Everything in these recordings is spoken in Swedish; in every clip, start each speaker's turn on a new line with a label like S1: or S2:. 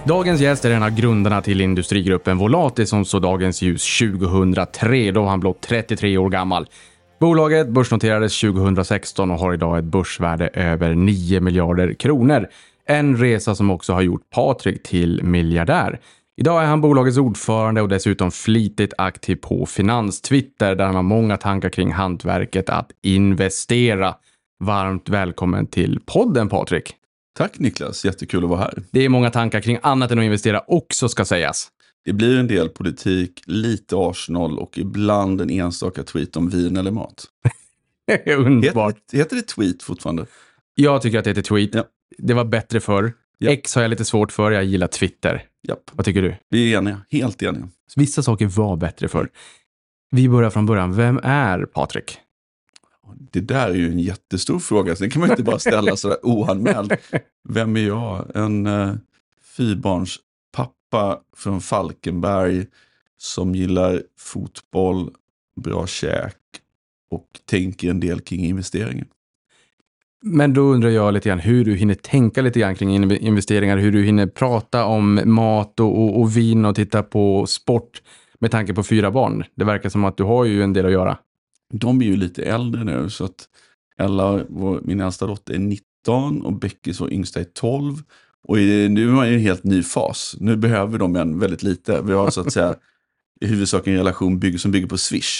S1: Dagens gäst är en av grundarna till industrigruppen Volati som såg dagens ljus 2003, då var han blott 33 år gammal. Bolaget börsnoterades 2016 och har idag ett börsvärde över 9 miljarder kronor. En resa som också har gjort Patrik till miljardär. Idag är han bolagets ordförande och dessutom flitigt aktiv på Finans-Twitter där han har många tankar kring hantverket att investera. Varmt välkommen till podden, Patrik.
S2: Tack Niklas, jättekul att vara här.
S1: Det är många tankar kring annat än att investera också, ska sägas.
S2: Det blir en del politik, lite Arsenal och ibland en enstaka tweet om vin eller mat.
S1: Underbart.
S2: Heter det tweet fortfarande?
S1: Jag tycker att det heter tweet. Ja. Det var bättre förr.
S2: Ja.
S1: X har jag lite svårt för, jag gillar Twitter.
S2: Japp.
S1: Vad tycker du?
S2: Vi är eniga, helt eniga.
S1: Vissa saker var bättre förr. Vi börjar från början. Vem är Patrik?
S2: Det där är ju en jättestor fråga, så den kan man inte bara ställa sådär oanmäld. Vem är jag? En fyrbarns pappa från Falkenberg som gillar fotboll, bra käk och tänker en del kring investeringen.
S1: Men då undrar jag lite grann hur du hinner tänka lite grann kring investeringar, hur du hinner prata om mat och vin och titta på sport med tanke på 4 barn. Det verkar som att du har ju en del att göra.
S2: De är ju lite äldre nu, så att Ella, min äldsta dotter, är 19 och Beckis och yngsta är 12. Och nu är man i en helt ny fas. Nu behöver de en väldigt lite. Vi har så att säga i huvudsak en relation som bygger på Swish.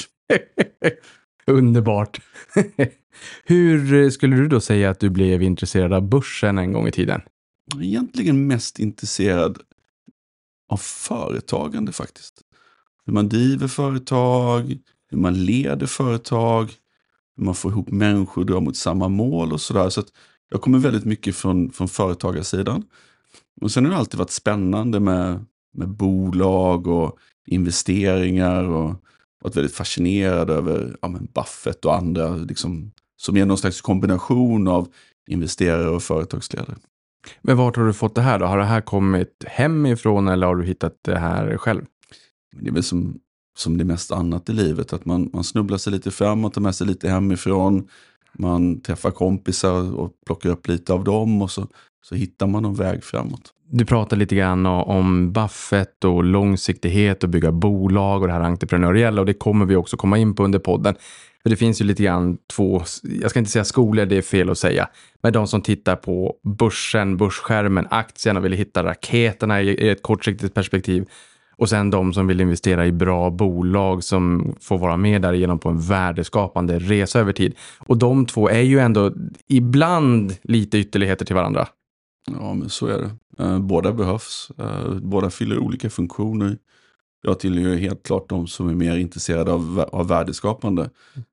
S1: Underbart. Hur skulle du då säga att du blev intresserad av börsen en gång i tiden?
S2: Egentligen mest intresserad av företagande faktiskt. Hur man driver företag, hur man leder företag, hur man får ihop människor och drar mot samma mål och sådär. Så att jag kommer väldigt mycket från företagarsidan. Och sen har det alltid varit spännande med bolag och investeringar och varit väldigt fascinerad över Buffett och andra liksom, som är någon slags kombination av investerare och företagsledare.
S1: Men vart har du fått det här då? Har det här kommit hemifrån eller har du hittat det här själv?
S2: Det är väl som det mest annat i livet, att man snubblar sig lite framåt, tar med sig lite hemifrån, man träffar kompisar och plockar upp lite av dem och så hittar man någon väg framåt. Du
S1: pratar lite grann om Buffett och långsiktighet och bygga bolag och det här entreprenöriella, och det kommer vi också komma in på under podden. För det finns ju lite grann två, jag ska inte säga skolor, det är fel att säga, men de som tittar på börsskärmen, aktierna, vill hitta raketerna i ett kortsiktigt perspektiv. Och sen de som vill investera i bra bolag som får vara med där igenom på en värdeskapande resa över tid. Och de två är ju ändå ibland lite ytterligheter till varandra.
S2: Ja, men så är det. Båda behövs. Båda fyller olika funktioner. Jag tillhör helt klart de som är mer intresserade av värdeskapande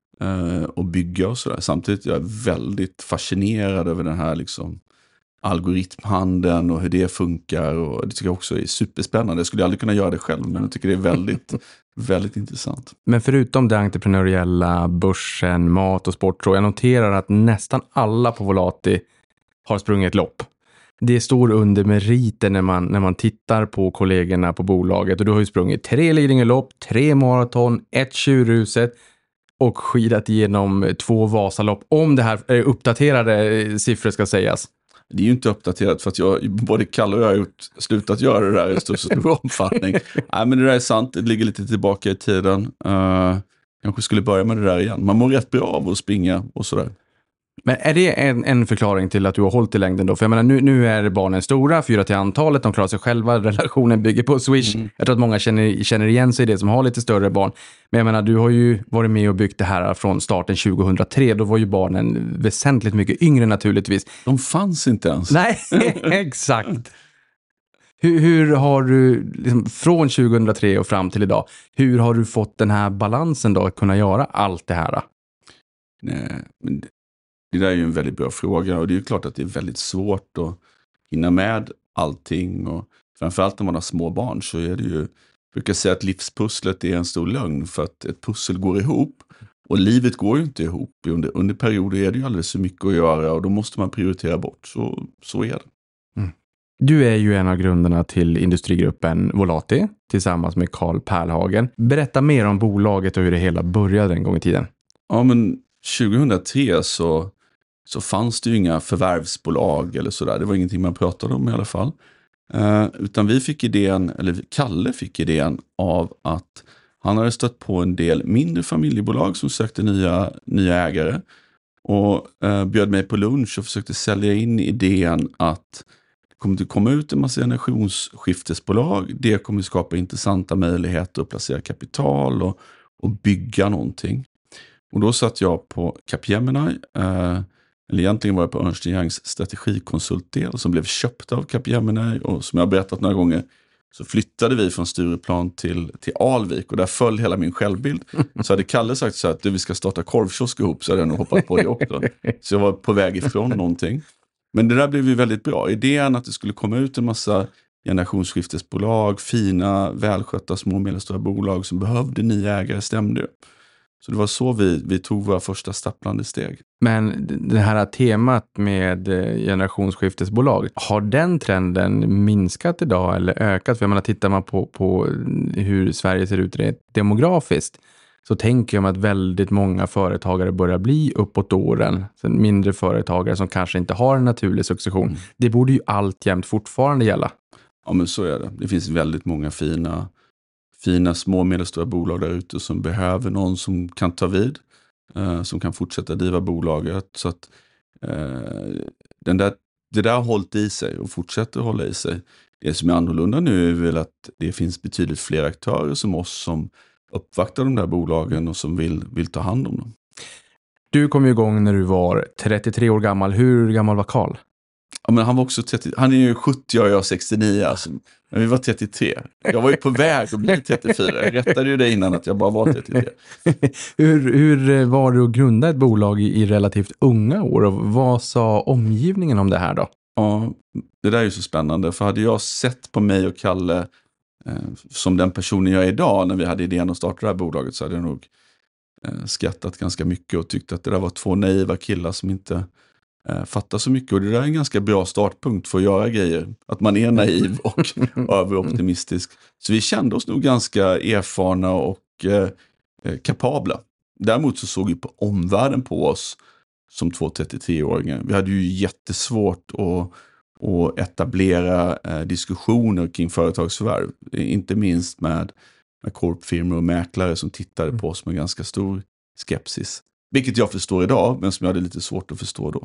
S2: och bygga och sådär. Samtidigt är jag väldigt fascinerad över den här liksom algoritmhandeln och hur det funkar, och det tycker jag också är superspännande. Jag skulle aldrig kunna göra det själv, men jag tycker det är väldigt, väldigt intressant.
S1: Men förutom det entreprenöriella, börsen, mat och sport, så jag noterar att nästan alla på Volati har sprungit lopp. Det står under meriter när man tittar på kollegorna på bolaget, och du har ju sprungit 3 Lidingölopp, 3 maraton, 1 Tjurhuset och skidat igenom 2 Vasalopp, om det här är uppdaterade siffror ska sägas.
S2: Det är ju inte uppdaterat för att både Kalle och jag har slutat göra det där i så stor omfattning. Nej, men det där är sant, det ligger lite tillbaka i tiden. Kanske skulle börja med det där igen. Man mår rätt bra av att springa och sådär.
S1: Men är det en förklaring till att du har hållit i längden då? För jag menar, nu är barnen stora, 4 till antalet, de klarar sig själva, relationen bygger på Swish. Jag tror att många känner igen sig i det som har lite större barn. Men jag menar, du har ju varit med och byggt det här från starten 2003. Då var ju barnen väsentligt mycket yngre naturligtvis.
S2: De fanns inte ens.
S1: Nej, exakt. Hur har du, liksom, från 2003 och fram till idag, hur har du fått den här balansen då att kunna göra allt det här?
S2: Nej, men det där är ju en väldigt bra fråga, och det är ju klart att det är väldigt svårt att hinna med allting, och framförallt när man har små barn så är det ju, jag brukar säga att livspusslet är en stor lögn, för att ett pussel går ihop och livet går ju inte ihop. Under perioder är det ju alldeles för mycket att göra, och då måste man prioritera bort, så är det.
S1: Du är ju en av grundarna till industrigruppen Volati tillsammans med Carl Pärlhagen. Berätta mer om bolaget och hur det hela började en gång i tiden.
S2: Ja, men 2003 så fanns det ju inga förvärvsbolag eller sådär. Det var ingenting man pratade om i alla fall. Utan vi fick idén, eller Kalle fick idén av att han hade stött på en del mindre familjebolag som sökte nya ägare. Och bjöd mig på lunch och försökte sälja in idén att det kommer att komma ut en massa generationsskiftesbolag. Det kommer att skapa intressanta möjligheter att placera kapital och bygga någonting. Och då satt jag på Capgemini, eller egentligen var jag på Ernst & Youngs strategikonsultdel som blev köpt av Capgemini, och som jag har berättat några gånger så flyttade vi från Stureplan till Alvik, och där föll hela min självbild. Så hade Kalle sagt så här att vi ska starta korvkiosk ihop, så hade jag nog hoppat på det också. Så jag var på väg ifrån någonting. Men det där blev ju väldigt bra. Idén att det skulle komma ut en massa generationsskiftesbolag, fina, välskötta små och medelstora bolag som behövde nya ägare stämde. Så det var så vi tog våra första stapplande steg.
S1: Men det här temat med generationsskiftesbolag, har den trenden minskat idag eller ökat? För jag menar, tittar man på hur Sverige ser ut rent demografiskt, så tänker jag mig att väldigt många företagare börjar bli uppåt åren. Sen mindre företagare som kanske inte har en naturlig succession. Det borde ju alltjämt fortfarande gälla.
S2: Ja, men så är det. Det finns väldigt många fina små och medelstora bolag där ute som behöver någon som kan ta vid. Som kan fortsätta driva bolaget. Så att det där har hållit i sig och fortsätter hålla i sig. Det som är annorlunda nu är väl att det finns betydligt fler aktörer som oss som uppvaktar de där bolagen och som vill ta hand om dem.
S1: Du kom ju igång när du var 33 år gammal. Hur gammal var Carl?
S2: Ja, men han var också 30, han är ju 70 och jag är 69, alltså. Men vi var 33. Jag var ju på väg att bli 34. Jag rättade ju det innan att jag bara var 33.
S1: Hur var det att grunda ett bolag i relativt unga år, och vad sa omgivningen om det här då?
S2: Ja, det där är ju så spännande, för hade jag sett på mig och Kalle som den personen jag är idag när vi hade idén att starta det här bolaget, så hade jag nog skrattat ganska mycket och tyckt att det där var två naiva killar som inte fattar så mycket. Och det där är en ganska bra startpunkt för att göra grejer. Att man är naiv och överoptimistisk. Så vi kände oss nog ganska erfarna och kapabla. Däremot så såg vi på omvärlden på oss som 2-33-åringar. Vi hade ju jättesvårt att etablera diskussioner kring företagsförvärv. Inte minst med korpfirmor och mäklare som tittade på oss med ganska stor skepsis. Vilket jag förstår idag, men som jag hade lite svårt att förstå då.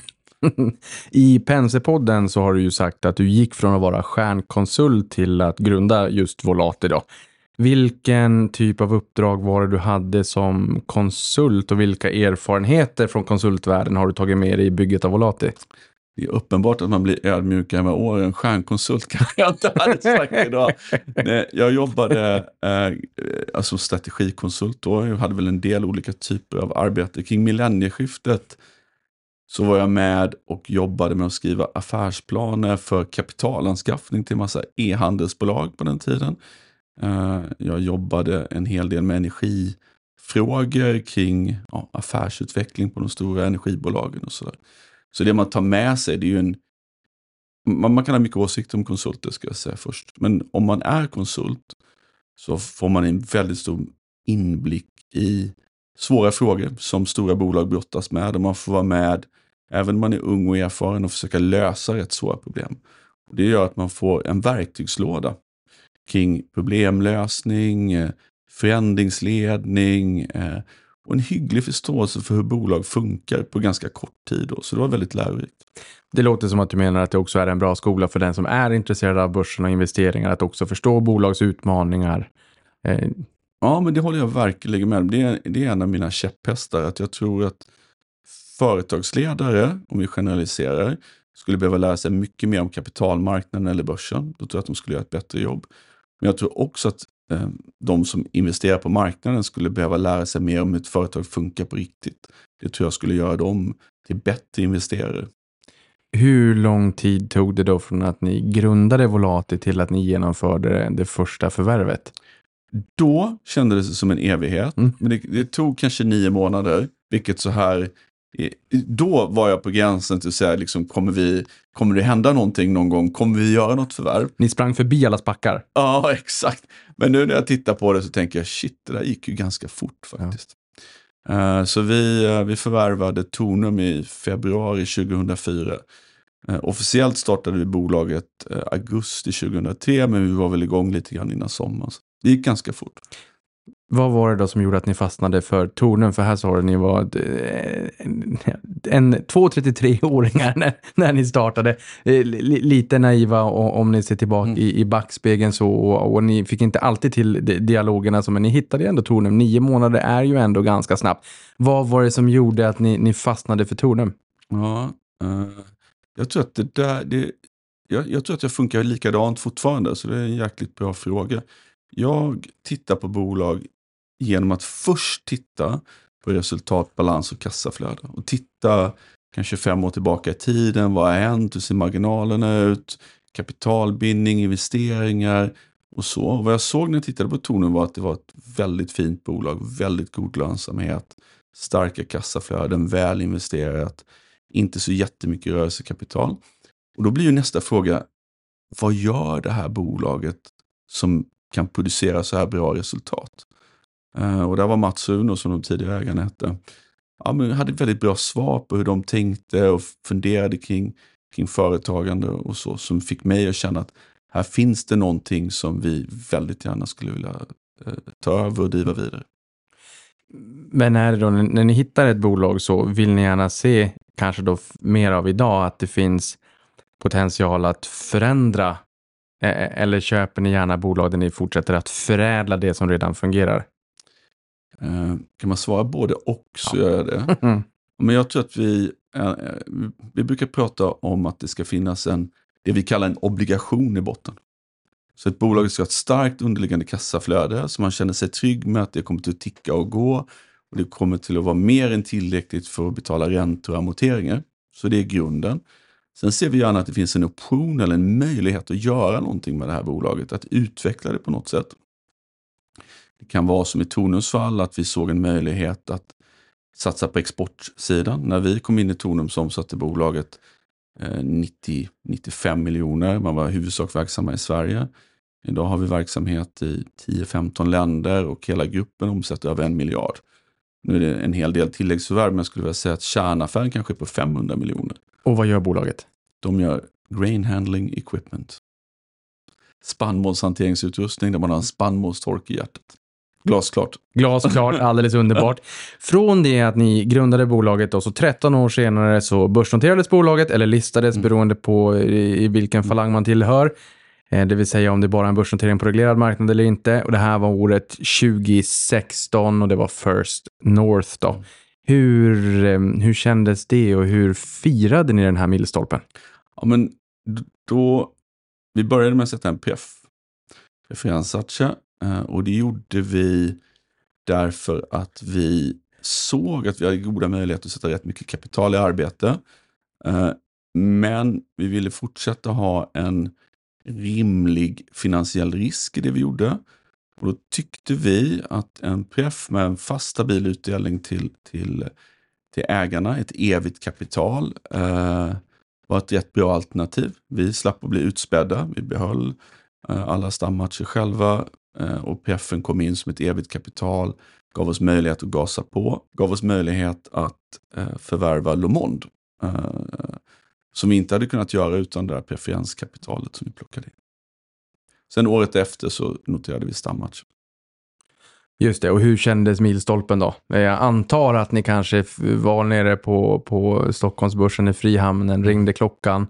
S1: I Penser-podden så har du ju sagt att du gick från att vara stjärnkonsult till att grunda just Volati då. Vilken typ av uppdrag var det du hade som konsult, och vilka erfarenheter från konsultvärlden har du tagit med dig i bygget av Volati?
S2: Det är uppenbart att man blir ödmjukare med åren. Stjärnkonsult kanske jag inte hade sagt idag. Nej, jag jobbade som strategikonsult då. Jag hade väl en del olika typer av arbete. Kring millennieskiftet så var jag med och jobbade med att skriva affärsplaner för kapitalanskaffning till massa e-handelsbolag på den tiden. Jag jobbade en hel del med energifrågor kring affärsutveckling på de stora energibolagen och sådär. Så det man tar med sig, det är ju man kan ha mycket åsikter om konsulter, ska jag säga först. Men om man är konsult så får man en väldigt stor inblick i svåra frågor som stora bolag brottas med. Och man får vara med, även om man är ung och erfaren, och försöka lösa rätt svåra problem. Och det gör att man får en verktygslåda kring problemlösning, förändringsledning och en hygglig förståelse för hur bolag funkar på ganska kort tid då. Så det var väldigt lärorikt.
S1: Det låter som att du menar att det också är en bra skola för den som är intresserad av börsen och investeringar att också förstå bolags utmaningar.
S2: Ja, men det håller jag verkligen med. Det är en av mina käpphästar, att jag tror att företagsledare, om vi generaliserar, skulle behöva lära sig mycket mer om kapitalmarknaden eller börsen. Då tror jag att de skulle göra ett bättre jobb. Men jag tror också att de som investerar på marknaden skulle behöva lära sig mer om hur ett företag funkar på riktigt. Det tror jag skulle göra dem till bättre investerare.
S1: Hur lång tid tog det då från att ni grundade Volati till att ni genomförde det första förvärvet?
S2: Då kändes det som en evighet. Men det tog kanske 9 månader. Vilket så här... Då var jag på gränsen till att säga, liksom, kommer det hända någonting någon gång? Kommer vi göra något förvärv?
S1: Ni sprang förbi alla spackar.
S2: Ja, exakt. Men nu när jag tittar på det så tänker jag, shit, det där gick ju ganska fort faktiskt. Ja. Så vi förvärvade Tornum i februari 2004. Officiellt startade vi bolaget augusti 2003, men vi var väl igång lite grann innan sommaren. Det gick ganska fort.
S1: Vad var det då som gjorde att ni fastnade för Tornum? För här sa du ni var 2-33-åringar när ni startade. Lite naiva om ni ser tillbaka i backspegeln så. Och ni fick inte alltid till dialogerna, men ni hittade ändå Tornum. 9 månader är ju ändå ganska snabbt. Vad var det som gjorde att ni fastnade för Tornum?
S2: Ja, jag tror att jag tror att jag funkar likadant fortfarande, så det är en jäkligt bra fråga. Jag tittar på bolag genom att först titta på resultat, balans och kassaflöde. Och titta kanske 5 år tillbaka i tiden. Vad har hänt? Hur ser marginalerna ut? Kapitalbindning, investeringar och så. Och vad jag såg när jag tittade på Tornum var att det var ett väldigt fint bolag. Väldigt god lönsamhet. Starka kassaflöden, väl investerat. Inte så jättemycket rörelsekapital. Och då blir ju nästa fråga, vad gör det här bolaget som kan producera så här bra resultat? Och där var Mats Uno, som de tidigare ägarna hette. Ja, men hade väldigt bra svar på hur de tänkte och funderade kring företagande och så, som fick mig att känna att här finns det någonting som vi väldigt gärna skulle vilja ta över och driva vidare.
S1: Men är det då, när ni hittar ett bolag så vill ni gärna se kanske då mer av idag att det finns potential att förändra, eller köper ni gärna bolag där ni fortsätter att förädla det som redan fungerar?
S2: Kan man svara både och så gör jag det. Men jag tror att vi brukar prata om att det ska finnas det vi kallar en obligation i botten. Så ett bolag ska ha ett starkt underliggande kassaflöde så man känner sig trygg med att det kommer att ticka och gå. Och det kommer till att vara mer än tillräckligt för att betala räntor och amorteringar. Så det är grunden. Sen ser vi gärna att det finns en option eller en möjlighet att göra någonting med det här bolaget. Att utveckla det på något sätt. Det kan vara som i Tornums fall att vi såg en möjlighet att satsa på exportsidan. När vi kom in i Tornum så omsatte bolaget 90-95 miljoner. Man var i huvudsak verksamma i Sverige. Idag har vi verksamhet i 10-15 länder och hela gruppen omsätter över 1 miljard. Nu är det en hel del tilläggsförvärv, men jag skulle vilja säga att kärnaffären kanske är på 500 miljoner.
S1: Och vad gör bolaget?
S2: De gör grain handling equipment. Spannmålshanteringsutrustning där man har en spannmålstork i hjärtat. Glasklart.
S1: Glasklart, alldeles underbart. Från det att ni grundade bolaget och så 13 år senare så börsnoterades bolaget eller listades beroende på i vilken falang man tillhör. Det vill säga om det bara är en börsnotering på reglerad marknad eller inte. Och det här var året 2016 och det var First North då. Hur kändes det och hur firade ni den här milstolpen?
S2: Ja, men då vi började med att sätta en preferensaktie. Och det gjorde vi därför att vi såg att vi hade goda möjligheter att sätta rätt mycket kapital i arbete. Men vi ville fortsätta ha en rimlig finansiell risk i det vi gjorde. Och då tyckte vi att en pref med en fast stabil utdelning till ägarna, ett evigt kapital, var ett rätt bra alternativ. Vi slapp att bli utspädda. Vi behöll alla stammatcher själva. Och prefen kom in som ett evigt kapital, gav oss möjlighet att gasa på, gav oss möjlighet att förvärva Le Monde, som vi inte hade kunnat göra utan det där preferenskapitalet som vi plockade in. Sen året efter så noterade vi stammatch.
S1: Just det, och hur kändes milstolpen då? Jag antar att ni kanske var nere på Stockholmsbörsen i Frihamnen, ringde klockan.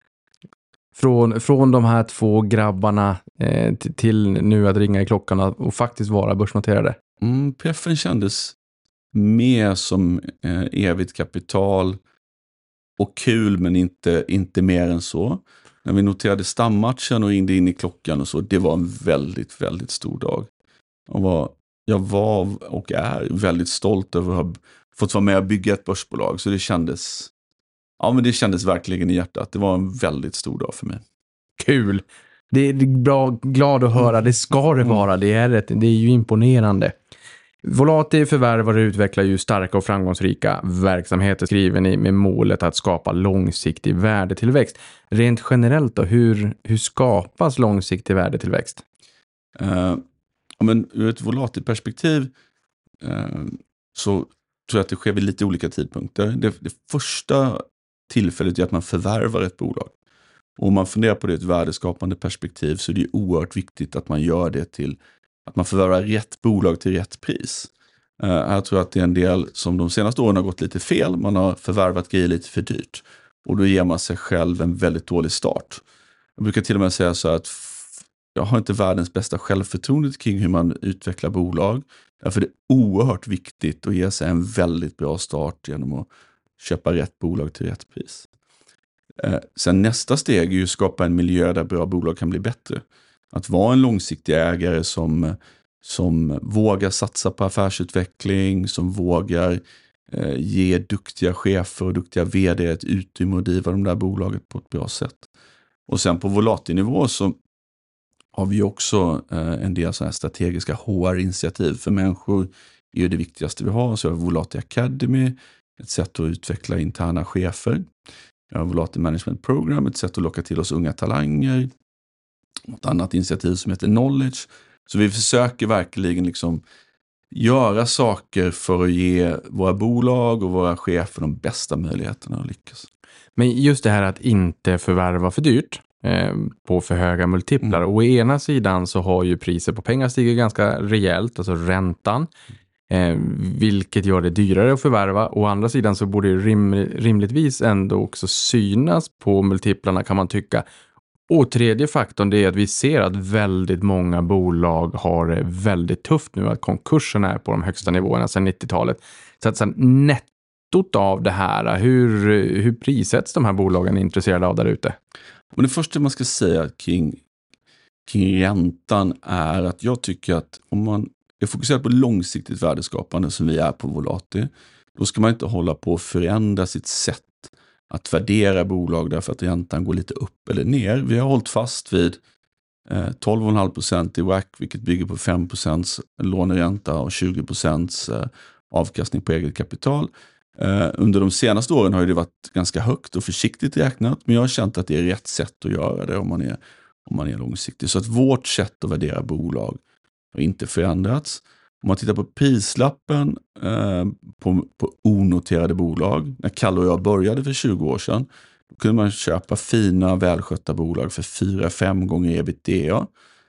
S1: Från de här 2 grabbarna till nu att ringa i klockan och faktiskt vara börsnoterade.
S2: Prefen kändes mer som evigt kapital och kul, men inte mer än så. När vi noterade stammatchen och ringde in i klockan och så, det var en väldigt, väldigt stor dag. Jag var och är väldigt stolt över att ha fått vara med och bygga ett börsbolag, så det kändes verkligen i hjärtat. Det var en väldigt stor dag för mig.
S1: Kul! Det är bra, glad att höra. Det ska det vara. Det är ju imponerande. Volati förvärvar och utvecklar ju starka och framgångsrika verksamheter, skriver ni, med målet att skapa långsiktig värdetillväxt. Rent generellt då, hur skapas långsiktig värdetillväxt?
S2: Men ur ett Volati-perspektiv så tror jag att det sker vid lite olika tidpunkter. Det första tillfället är att man förvärvar ett bolag. Och om man funderar på det i ett värdeskapande perspektiv så är det ju oerhört viktigt att man gör det till att man förvärvar rätt bolag till rätt pris. Jag tror att det är en del som de senaste åren har gått lite fel. Man har förvärvat grejer lite för dyrt. Och då ger man sig själv en väldigt dålig start. Jag brukar till och med säga så att jag har inte världens bästa självförtroende kring hur man utvecklar bolag. Därför är det oerhört viktigt att ge sig en väldigt bra start genom att köpa rätt bolag till rätt pris. Sen nästa steg är ju att skapa en miljö där bra bolag kan bli bättre. Att vara en långsiktig ägare som vågar satsa på affärsutveckling, som vågar ge duktiga chefer och duktiga vd ett utrymme att driva de där bolaget på ett bra sätt. Och sen på Volati-nivå så har vi också en del sådana här strategiska HR-initiativ för människor är ju det viktigaste vi har. Så har vi Volati Academy, ett sätt att utveckla interna chefer. Vi har Volati Management Program, ett sätt att locka till oss unga talanger. Ett annat initiativ som heter Knowledge. Så vi försöker verkligen liksom göra saker för att ge våra bolag och våra chefer de bästa möjligheterna att lyckas.
S1: Men just det här att inte förvärva för dyrt på för höga multiplar. Och å ena sidan så har ju priser på pengar stigit ganska rejält, alltså räntan. Vilket gör det dyrare att förvärva. Å andra sidan så borde det rimligtvis ändå också synas på multiplarna kan man tycka. Och tredje faktorn det är att vi ser att väldigt många bolag har det väldigt tufft nu. Att konkurserna är på de högsta nivåerna sedan 90-talet. Så att sen nettot av det här, hur prissätts de här bolagen är intresserade av där ute?
S2: Men det första man ska säga kring räntan är att jag tycker att om man är fokuserad på långsiktigt värdeskapande som vi är på Volati, då ska man inte hålla på att förändra sitt sätt att värdera bolag därför att räntan går lite upp eller ner. Vi har hållit fast vid 12,5% i WACC, vilket bygger på 5% låneränta och 20% avkastning på eget kapital. Under de senaste åren har det varit ganska högt och försiktigt räknat, men jag har känt att det är rätt sätt att göra det om man är långsiktig. Så att vårt sätt att värdera bolag har inte förändrats. Om man tittar på prislappen på onoterade bolag, när Kalle och jag började för 20 år sedan, då kunde man köpa fina, välskötta bolag för 4-5 gånger ebitda,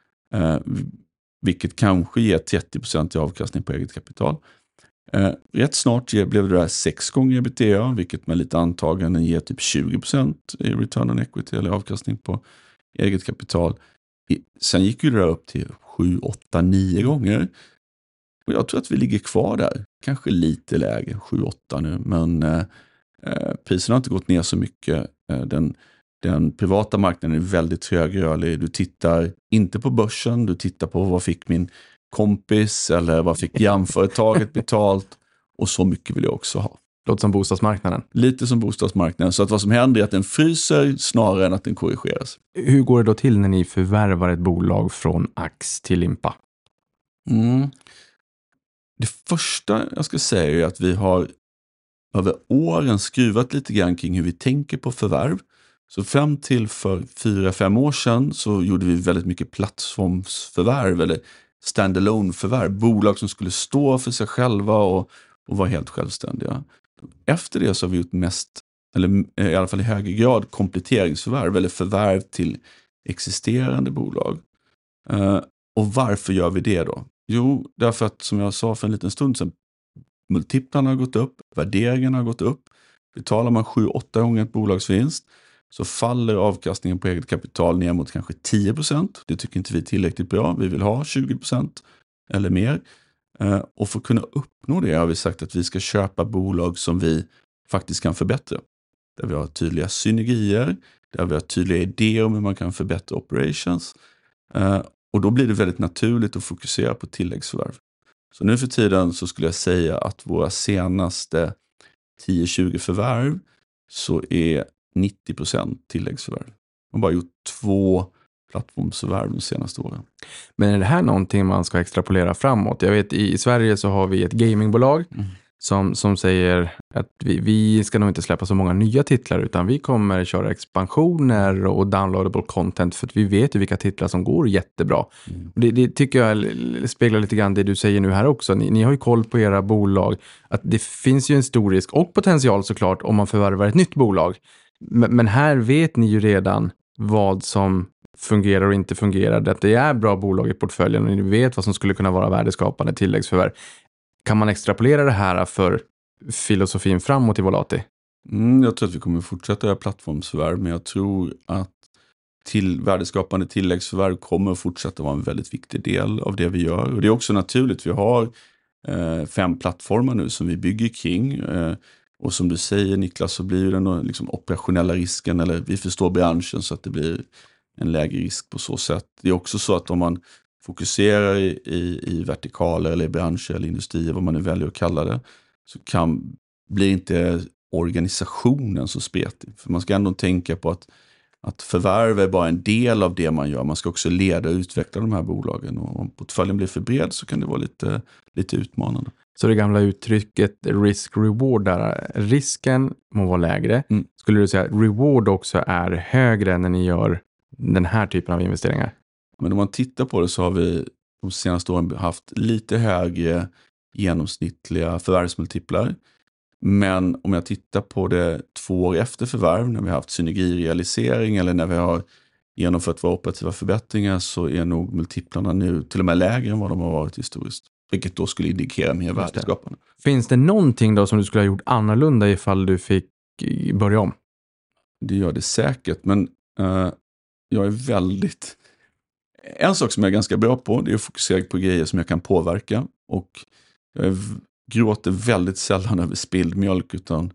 S2: vilket kanske ger 30% i avkastning på eget kapital. Rätt snart blev det där 6 gånger ebitda, vilket med lite antaganden ger typ 20% i return on equity eller avkastning på eget kapital. Sen gick ju det där upp till 7, 8, 9 gånger. Och jag tror att vi ligger kvar där. Kanske lite lägre, 7-8 nu. Men priserna har inte gått ner så mycket. Den privata marknaden är väldigt högrörlig. Du tittar inte på börsen. Du tittar på vad fick min kompis eller vad fick grannföretaget betalt. Och så mycket vill jag också ha.
S1: Låter som bostadsmarknaden.
S2: Lite som bostadsmarknaden. Så att vad som händer är att den fryser snarare än att den korrigeras.
S1: Hur går det då till när ni förvärvar ett bolag från Ax till Limpa?
S2: Det första jag ska säga är att vi har över åren skruvat lite grann kring hur vi tänker på förvärv. Så fram till för 4-5 år sedan så gjorde vi väldigt mycket plattformsförvärv eller standalone-förvärv. Bolag som skulle stå för sig själva och vara helt självständiga. Efter det så har vi gjort mest, eller i alla fall i högre grad, kompletteringsförvärv eller förvärv till existerande bolag. Och varför gör vi det då? Jo, därför att som jag sa för en liten stund sedan, multiplarna har gått upp, värderingen har gått upp. Betalar man 7-8 gånger ett bolagsvinst så faller avkastningen på eget kapital ner mot kanske 10%. Det tycker inte vi är tillräckligt bra. Vi vill ha 20% eller mer. Och för att kunna uppnå det har vi sagt att vi ska köpa bolag som vi faktiskt kan förbättra. Där vi har tydliga synergier, där vi har tydliga idéer om hur man kan förbättra operations. Och då blir det väldigt naturligt att fokusera på tilläggsförvärv. Så nu för tiden så skulle jag säga att våra senaste 10-20 förvärv så är 90% tilläggsförvärv. Man har bara gjort 2 plattformsförvärv de senaste åren.
S1: Men är det här någonting man ska extrapolera framåt? Jag vet i Sverige så har vi ett gamingbolag som säger att vi ska nog inte släppa så många nya titlar, utan vi kommer köra expansioner och downloadable content, för att vi vet ju vilka titlar som går jättebra. Det tycker jag speglar lite grann det du säger nu här också. Ni har ju koll på era bolag, att det finns ju en stor risk och potential såklart om man förvärvar ett nytt bolag. Men här vet ni ju redan vad som fungerar och inte fungerar. Att det är bra bolag i portföljen och ni vet vad som skulle kunna vara värdeskapande tilläggsförvärv. Kan man extrapolera det här för filosofin framåt i Volati?
S2: Jag tror att vi kommer fortsätta göra plattformsförvärv, men jag tror att värdeskapande tilläggsförvärv kommer att fortsätta vara en väldigt viktig del av det vi gör. Och det är också naturligt. Vi har 5 plattformar nu som vi bygger kring. Och som du säger, Niklas, så blir den liksom operationella risken, eller vi förstår branschen så att det blir en lägre risk på så sätt. Det är också så att om man fokuserar i vertikaler eller i branscher eller industrier, vad man nu väljer att kalla det, så blir inte organisationen så spretig. För man ska ändå tänka på att förvärva är bara en del av det man gör. Man ska också leda och utveckla de här bolagen. Och om portföljen blir för bred så kan det vara lite utmanande.
S1: Så det gamla uttrycket risk-reward där, risken må vara lägre. Skulle du säga att reward också är högre när ni gör den här typen av investeringar?
S2: Men om man tittar på det så har vi de senaste åren haft lite högre genomsnittliga förvärvsmultiplar. Men om jag tittar på det 2 år efter förvärv, när vi har haft synergirealisering eller när vi har genomfört våra operativa förbättringar, så är nog multiplarna nu till och med lägre än vad de har varit historiskt. Vilket då skulle indikera mer värdeskapande.
S1: Finns det någonting då som du skulle ha gjort annorlunda ifall du fick börja om?
S2: Det gör det säkert, men jag är väldigt... En sak som jag är ganska bra på, det är att fokusera på grejer som jag kan påverka. Och jag gråter väldigt sällan över spilld mjölk, utan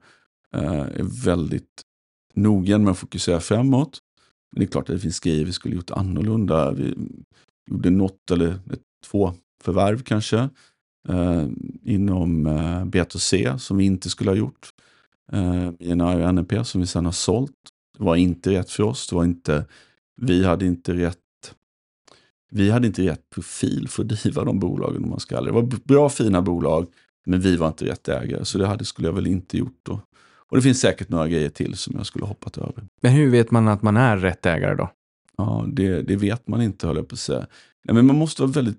S2: är väldigt noga med att fokusera framåt. Men det är klart att det finns grejer vi skulle gjort annorlunda. Vi gjorde något eller 2 förvärv kanske inom B2C som vi inte skulle ha gjort. INI och NNP som vi sedan har sålt. Det var inte rätt för oss. Vi hade inte rätt profil för att driva de bolagen, om man ska. Det var bra, fina bolag, men vi var inte rätt ägare. Så det skulle jag väl inte gjort då. Och det finns säkert några grejer till som jag skulle hoppat över.
S1: Men hur vet man att man är rätt ägare då?
S2: Ja, det vet man inte, höll jag på att säga. Nej, men man måste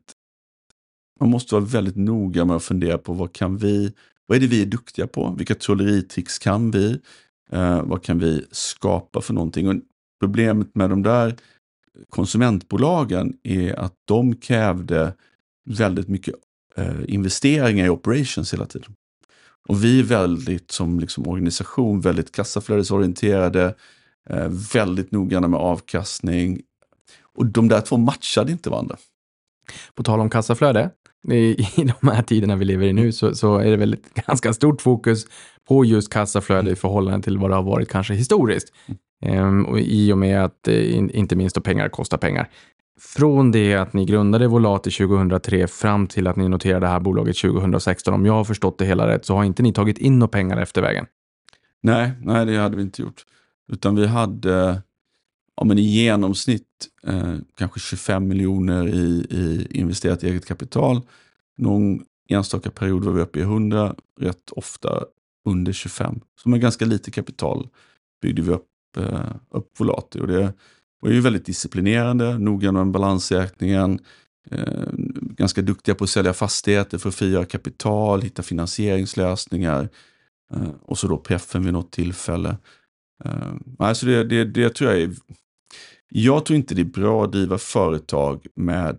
S2: vara väldigt noga med att fundera på vad är det vi är duktiga på? Vilka trolleritricks kan vi? Vad kan vi skapa för någonting? Och problemet med de där konsumentbolagen är att de krävde väldigt mycket investeringar i operations hela tiden. Och vi är väldigt, som liksom organisation, väldigt kassaflödesorienterade, väldigt noggranna med avkastning. Och de där 2 matchade inte varandra.
S1: På tal om kassaflöde, i de här tiderna vi lever i nu så är det väl ett ganska stort fokus på just kassaflöde i förhållande till vad det har varit kanske historiskt. Och i och med att inte minst då pengar kostar pengar. Från det att ni grundade Volati 2003 fram till att ni noterade det här bolaget 2016, om jag har förstått det hela rätt, så har inte ni tagit in några pengar efter vägen?
S2: Nej, det hade vi inte gjort. Utan vi hade i genomsnitt kanske 25 miljoner i investerat eget kapital. Någon enstaka period var vi uppe i 100, rätt ofta under 25. Så med ganska lite kapital byggde vi upp Volati. Och det var ju väldigt disciplinerande, noga med balansräkningen, ganska duktiga på att sälja fastigheter för att frigöra kapital, hitta finansieringslösningar och så då preffen vid något tillfälle. Alltså det tror jag tror inte det är bra att driva företag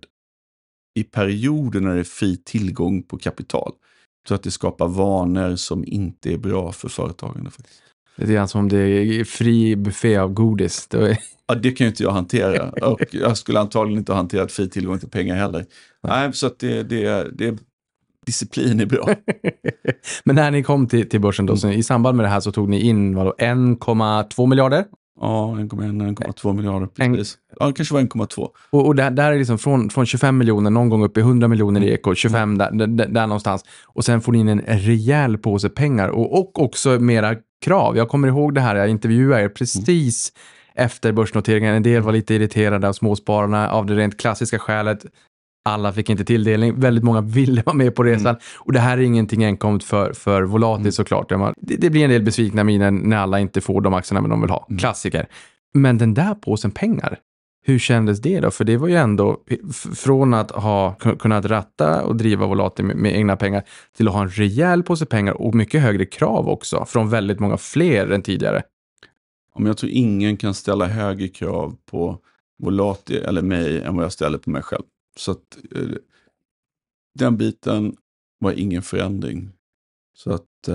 S2: i perioder när det är fri tillgång på kapital. Jag tror att det skapar vanor som inte är bra för företagande faktiskt.
S1: Det är som om det är fri buffé av godis.
S2: Ja, det kan ju inte jag hantera. Och jag skulle antagligen inte ha hanterat fri tillgång till pengar heller. Nej, så att disciplin är bra.
S1: Men när ni kom till börsen då, så i samband med det här så tog ni in 1,2 miljarder?
S2: Ja, 1,2 miljarder. Precis. Ja, kanske var 1,2.
S1: Och där är liksom från 25 miljoner, någon gång upp i 100 miljoner i eko, 25 där någonstans. Och sen får ni in en rejäl påse pengar och också mera krav. Jag kommer ihåg det här, jag intervjuade er precis efter börsnoteringen. En del var lite irriterade av småspararna av det rent klassiska skälet Alla fick inte tilldelning. Väldigt många ville vara med på resan. Och det här är ingenting enkomt för Volati såklart. Det blir en del besvikna miner när alla inte får de aktierna de vill ha. Klassiker. Men den där påsen pengar, hur kändes det då? För det var ju ändå från att ha kunnat ratta och driva Volati med egna pengar till att ha en rejäl påse pengar och mycket högre krav också från väldigt många fler än tidigare.
S2: Men jag tror ingen kan ställa högre krav på Volati eller mig än vad jag ställer på mig själv. Så att den biten var ingen förändring. Så att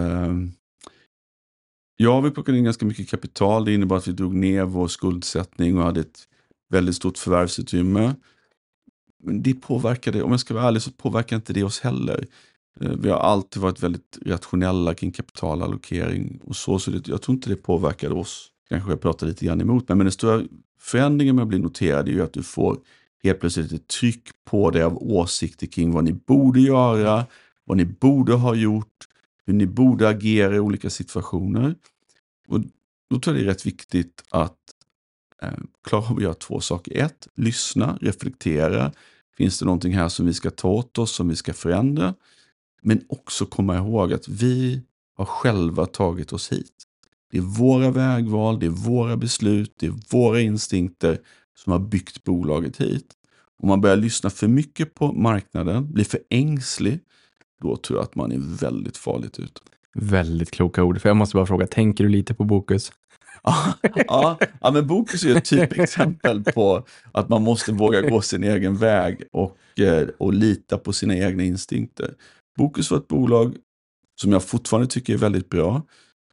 S2: vi plockade in ganska mycket kapital. Det innebar att vi drog ner vår skuldsättning och hade ett väldigt stort förvärvsutrymme. Men det påverkade, om jag ska vara ärlig, så påverkar inte det oss heller. Vi har alltid varit väldigt rationella kring kapitalallokering och så jag tror inte det påverkade oss. Kanske jag pratar lite grann emot mig, men den stora förändringen med att bli noterad är ju att du får helt plötsligt ett tryck på dig av åsikter kring vad ni borde göra, vad ni borde ha gjort, hur ni borde agera i olika situationer. Och då tror jag det är rätt viktigt att klara av att göra 2 saker. 1, lyssna, reflektera. Finns det någonting här som vi ska ta åt oss, som vi ska förändra? Men också komma ihåg att vi har själva tagit oss hit. Det är våra vägval, det är våra beslut, det är våra instinkter som har byggt bolaget hit. Om man börjar lyssna för mycket på marknaden, blir för ängslig, då tror jag att man är väldigt farligt ute.
S1: Väldigt kloka ord. För jag måste bara fråga, tänker du lite på Bokus?
S2: Ja, men Bokus är ett typexempel på att man måste våga gå sin egen väg och lita på sina egna instinkter. Bokus var ett bolag som jag fortfarande tycker är väldigt bra.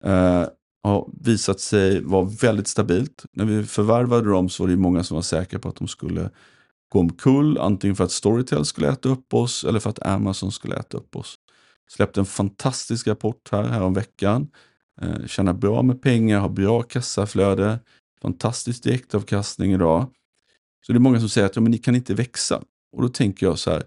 S2: Har visat sig vara väldigt stabilt. När vi förvärvade dem så var det många som var säkra på att de skulle gå omkull, antingen för att Storytel skulle äta upp oss eller för att Amazon skulle äta upp oss. Släppte en fantastisk rapport här om veckan. Tjänar bra med pengar, har bra kassaflöde, fantastisk direktavkastning idag. Så det är många som säger att men ni kan inte växa. Och då tänker jag så här,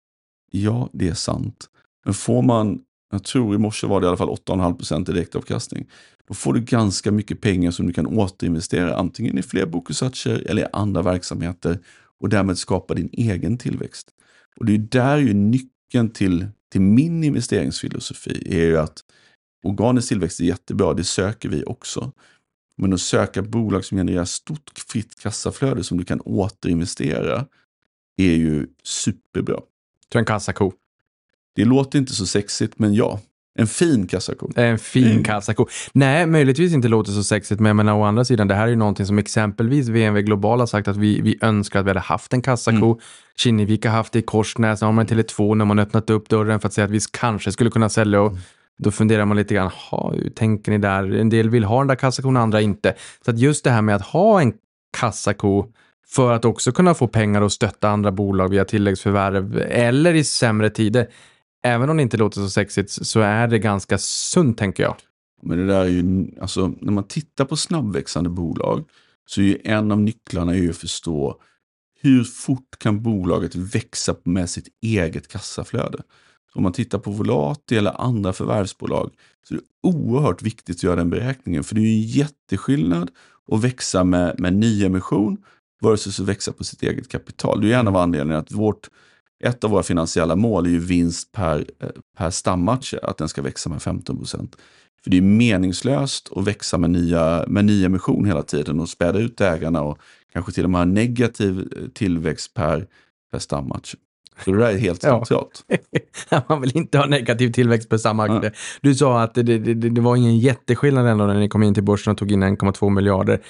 S2: ja det är sant. Men får man, jag tror i morse var det i alla fall 8,5% direktavkastning. Då får du ganska mycket pengar som du kan återinvestera antingen i fler Bokusaktier eller i andra verksamheter och därmed skapa din egen tillväxt. Och det är där ju nyckeln till min investeringsfilosofi är ju att organisk tillväxt är jättebra, det söker vi också. Men att söka bolag som genererar stort fritt kassaflöde som du kan återinvestera är ju superbra.
S1: Du är en kassako.
S2: Det låter inte så sexigt, men ja. En fin kassako.
S1: En fin kassako. Nej, möjligtvis inte låter så sexigt, men jag menar, å andra sidan, det här är ju någonting som exempelvis VNV Global har sagt att vi önskar att vi hade haft en kassako. Kinnevik har haft det i Korsnäs, har man Tele2 när man öppnat upp dörren för att säga att vi kanske skulle kunna sälja och då funderar man lite grann, hur tänker ni där? En del vill ha den där kassakon, andra inte. Så att just det här med att ha en kassako för att också kunna få pengar och stötta andra bolag via tilläggsförvärv eller i sämre tider. Även om det inte låter så sexigt så är det ganska sunt, tänker jag.
S2: Men det där är ju, alltså när man tittar på snabbväxande bolag så är ju en av nycklarna är ju att förstå hur fort kan bolaget växa med sitt eget kassaflöde. Så om man tittar på Volati eller andra förvärvsbolag så är det oerhört viktigt att göra den beräkningen. För det är ju en jätteskillnad att växa med nyemission versus att växa på sitt eget kapital. Det är en av anledningarna att ett av våra finansiella mål är ju vinst per stammatcher, att den ska växa med 15%. För det är meningslöst att växa med ny emission hela tiden och späda ut ägarna och kanske till och med ha negativ tillväxt per stammatch. Så det där är helt centralt.
S1: Man vill inte ha negativ tillväxt på samma aktie. Du sa att det var ingen jätteskillnad ändå när ni kom in till börsen och tog in 1,2 miljarder.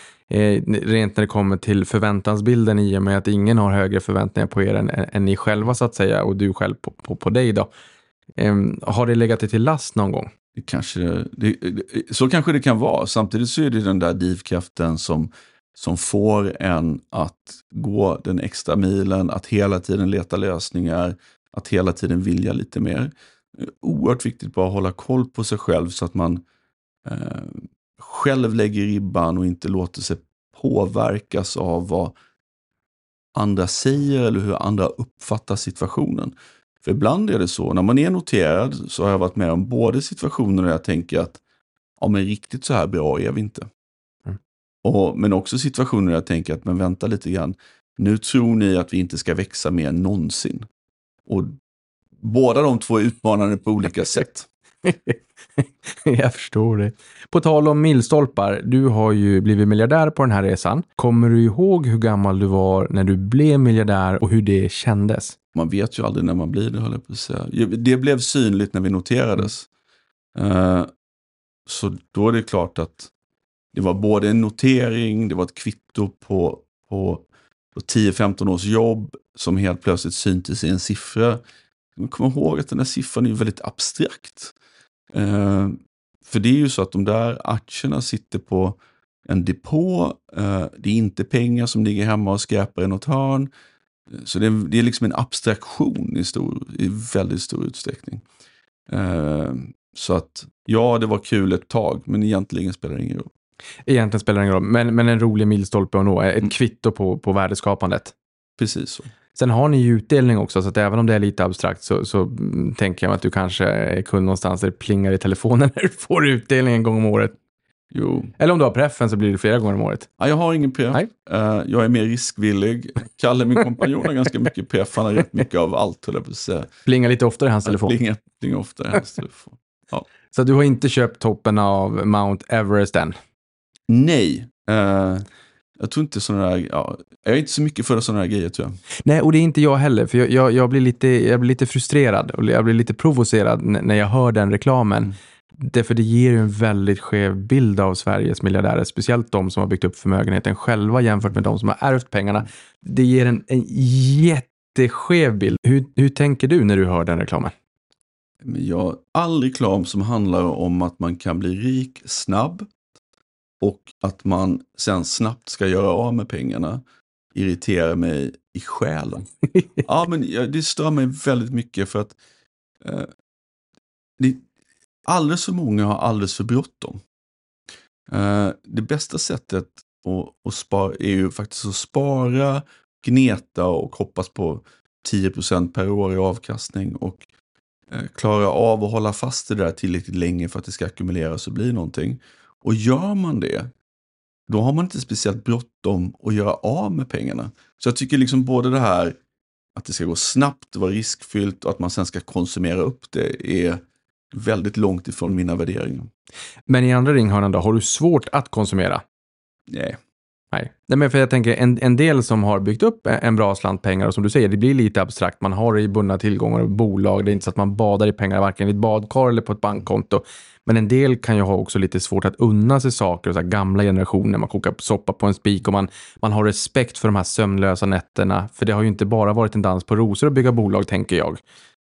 S1: Rent när det kommer till förväntansbilden i och med att ingen har högre förväntningar på er än ni själva så att säga och du själv på dig då. Har det legat det till last någon gång?
S2: Så kanske det kan vara. Samtidigt så är det den där drivkraften som får en att gå den extra milen, att hela tiden leta lösningar, att hela tiden vilja lite mer. Oerhört viktigt bara att hålla koll på sig själv så att man själv lägger ribban och inte låter sig påverkas av vad andra säger eller hur andra uppfattar situationen. För ibland är det så, när man är noterad så har jag varit med om både situationer där jag tänker att men riktigt så här bra är vi inte. Men också situationer där jag tänker att men vänta lite grann, Nu tror ni att vi inte ska växa mer än någonsin. Och båda de två är utmanande på olika sätt.
S1: Jag förstår det. På tal om milstolpar, du har ju blivit miljardär på den här resan. Kommer du ihåg hur gammal du var när du blev miljardär och hur det kändes?
S2: Man vet ju aldrig när man blir det, höll jag på att säga. Det blev synligt när vi noterades. Så då är det klart att det var både en notering, det var ett kvitto på 10-15 års jobb som helt plötsligt syntes i en siffra. Man kommer ihåg att den här siffran är väldigt abstrakt. För det är ju så att de där aktierna sitter på en depå. Det är inte pengar som ligger hemma och skräpar i något hörn. Så det är liksom en abstraktion i väldigt stor utsträckning. Så att ja, det var kul ett tag, men egentligen spelar det ingen roll.
S1: Egentligen spelar det ingen roll, men en rolig milstolpe att nå. Ett kvitto på värdeskapandet.
S2: Precis så.
S1: Sen har ni ju utdelning också, så att även om det är lite abstrakt så tänker jag att du kanske är kund någonstans där det plingar i telefonen när du får utdelning en gång om året.
S2: Jo.
S1: Eller om du har preffen så blir det flera gånger om året.
S2: Ja, jag har ingen preff.
S1: Nej.
S2: Jag är mer riskvillig. Kalle, min kompanjon, har ganska mycket preff. Han har rätt mycket av allt, höll jag på att säga.
S1: Plingar lite oftare i hans telefon.
S2: Plingar oftare i hans telefon. Ja.
S1: Så du har inte köpt toppen av Mount Everest än?
S2: Nej. Jag tror inte sådana där... Ja, jag är inte så mycket för sådana här grejer, tror jag.
S1: Nej, och det är inte jag heller. För jag blir lite frustrerad och jag blir lite provocerad när jag hör den reklamen. Därför det ger ju en väldigt skev bild av Sveriges miljardärer. Speciellt de som har byggt upp förmögenheten själva jämfört med de som har ärvt pengarna. Det ger en jätteskev bild. Hur tänker du när du hör den reklamen?
S2: All reklam som handlar om att man kan bli rik snabb och att man sen snabbt ska göra av med pengarna irriterar mig i själen. Ja, men det stör mig väldigt mycket för att alldeles för många har alldeles för bråttom. Det bästa sättet att spara är ju faktiskt att spara, gneta och hoppas på 10% per år i avkastning och klara av att hålla fast det där tillräckligt länge för att det ska ackumuleras och bli någonting. Och gör man det, då har man inte speciellt bråttom att göra av med pengarna. Så jag tycker liksom både det här att det ska gå snabbt, vara riskfyllt och att man sen ska konsumera upp det är väldigt långt ifrån mina värderingar.
S1: Men i andra ringhörnan då, har du svårt att konsumera?
S2: Nej.
S1: Nej, men för jag tänker en del som har byggt upp en bra slant pengar och som du säger, det blir lite abstrakt. Man har det i bundna tillgångar och bolag. Det är inte så att man badar i pengar varken i ett badkar eller på ett bankkonto. Men en del kan ju ha också lite svårt att unna sig saker. Och så här gamla generationer, man kokar soppa på en spik och man har respekt för de här sömnlösa nätterna. För det har ju inte bara varit en dans på rosor att bygga bolag, tänker jag.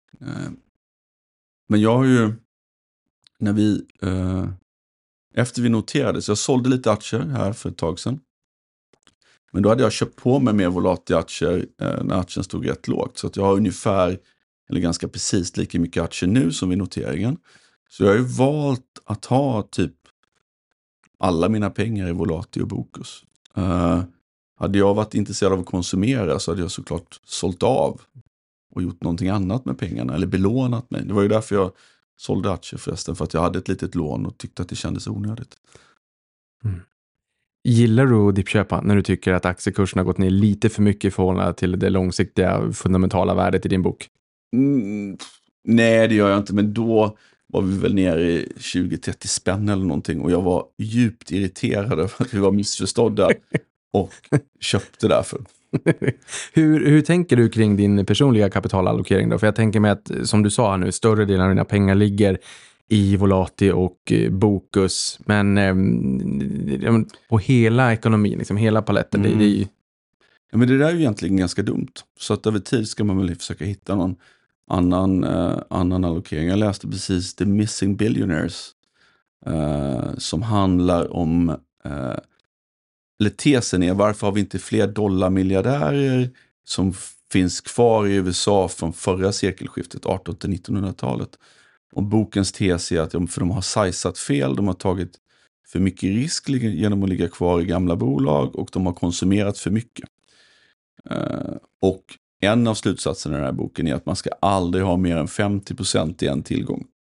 S2: Men jag har ju, när vi, efter vi noterades, jag sålde lite aktier här för ett tag sedan. Men då hade jag köpt på mig mer Volati-aktier när aktien stod rätt lågt. Så att jag har ungefär, eller ganska precis lika mycket aktier nu som vid noteringen. Så jag har ju valt att ha typ alla mina pengar i Volati och Bokus. Hade jag varit intresserad av att konsumera så hade jag såklart sålt av och gjort någonting annat med pengarna eller belånat mig. Det var ju därför jag sålde aktier förresten, för att jag hade ett litet lån och tyckte att det kändes onödigt.
S1: Mm. Gillar du att dippköpa när du tycker att aktiekursen har gått ner lite för mycket i förhållande till det långsiktiga fundamentala värdet i din bok?
S2: Nej, det gör jag inte, men då var vi väl nere i 20-30 spänn eller någonting och jag var djupt irriterad över att vi var missförstådda och köpte därför.
S1: Hur tänker du kring din personliga kapitalallokering då? För jag tänker mig att, som du sa här nu, större delen av dina pengar ligger i Volati och Bokus. Men på hela ekonomin, liksom hela paletten. Det är ju...
S2: Ja, men det där är ju egentligen ganska dumt. Så att över tid ska man väl försöka hitta någon annan allokering. Jag läste precis The Missing Billionaires som handlar om eller tesen är, varför har vi inte fler dollarmiljardärer som finns kvar i USA från förra sekelskiftet, 1800-1900-talet. Och bokens tes är att för de har sajsat fel, de har tagit för mycket risk genom att ligga kvar i gamla bolag och de har konsumerat för mycket. Och en av slutsatserna i den här boken är att man ska aldrig ha mer än 50% i en tillgång.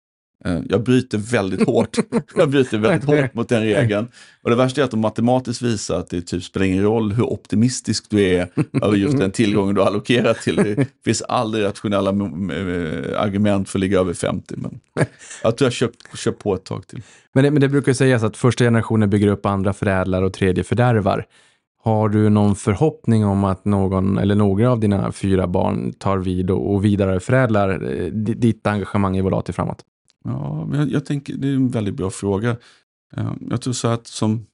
S2: Jag bryter väldigt hårt. Jag bryter väldigt hårt mot den regeln. Och det värsta är att de matematiskt visar att det typ spelar ingen roll hur optimistisk du är över just den tillgången du har allokerat till. Det finns aldrig rationella argument för att ligga över 50. Men jag tror jag kör på ett tag till.
S1: Men det brukar sägas att första generationen bygger upp, andra förädlar och tredje fördärvar. Har du någon förhoppning om att någon eller några av dina 4 barn tar vid och vidare förädlar ditt engagemang i Volati framåt?
S2: Ja, men jag tänker det är en väldigt bra fråga. Jag tror så att som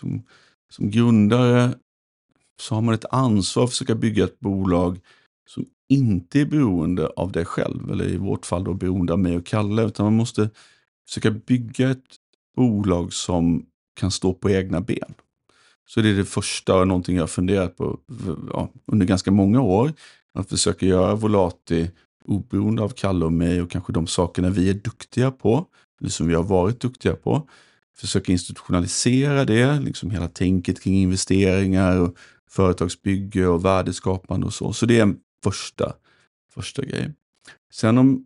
S2: grundare så har man ett ansvar att försöka bygga ett bolag som inte är beroende av dig själv, eller i vårt fall då beroende av mig och Kalle, utan man måste försöka bygga ett bolag som kan stå på egna ben. Så det är det första, någonting jag har funderat på under ganska många år, att försöka göra Volati oberoende av Kalle och mig och kanske de sakerna vi är duktiga på, eller som vi har varit duktiga på. Försöka institutionalisera det, liksom hela tänket kring investeringar och företagsbygge och värdeskapande och så. Så det är en första grej. Sen om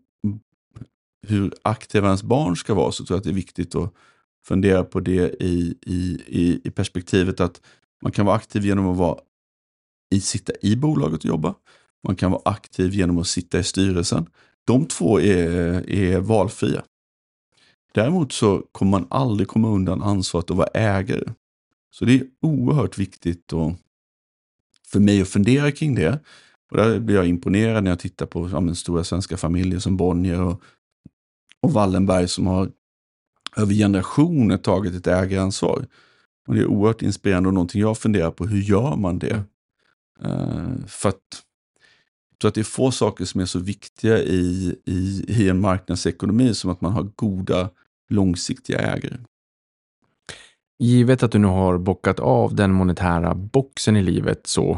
S2: hur aktiva ens barn ska vara, så tror jag att det är viktigt att fundera på det i perspektivet att man kan vara aktiv genom att sitta i bolaget och jobba. Man kan vara aktiv genom att sitta i styrelsen. De två är valfria. Däremot så kommer man aldrig komma undan ansvaret att vara ägare. Så det är oerhört viktigt för mig att fundera kring det. Och där blir jag imponerad när jag tittar på stora svenska familjer som Bonnier och Wallenberg som har över generationer tagit ett ägaransvar. Och det är oerhört inspirerande och någonting jag funderar på, hur gör man det? För att jag tror att det är få saker som är så viktiga i en marknadsekonomi som att man har goda långsiktiga ägare.
S1: Givet att du nu har bockat av den monetära boxen i livet, så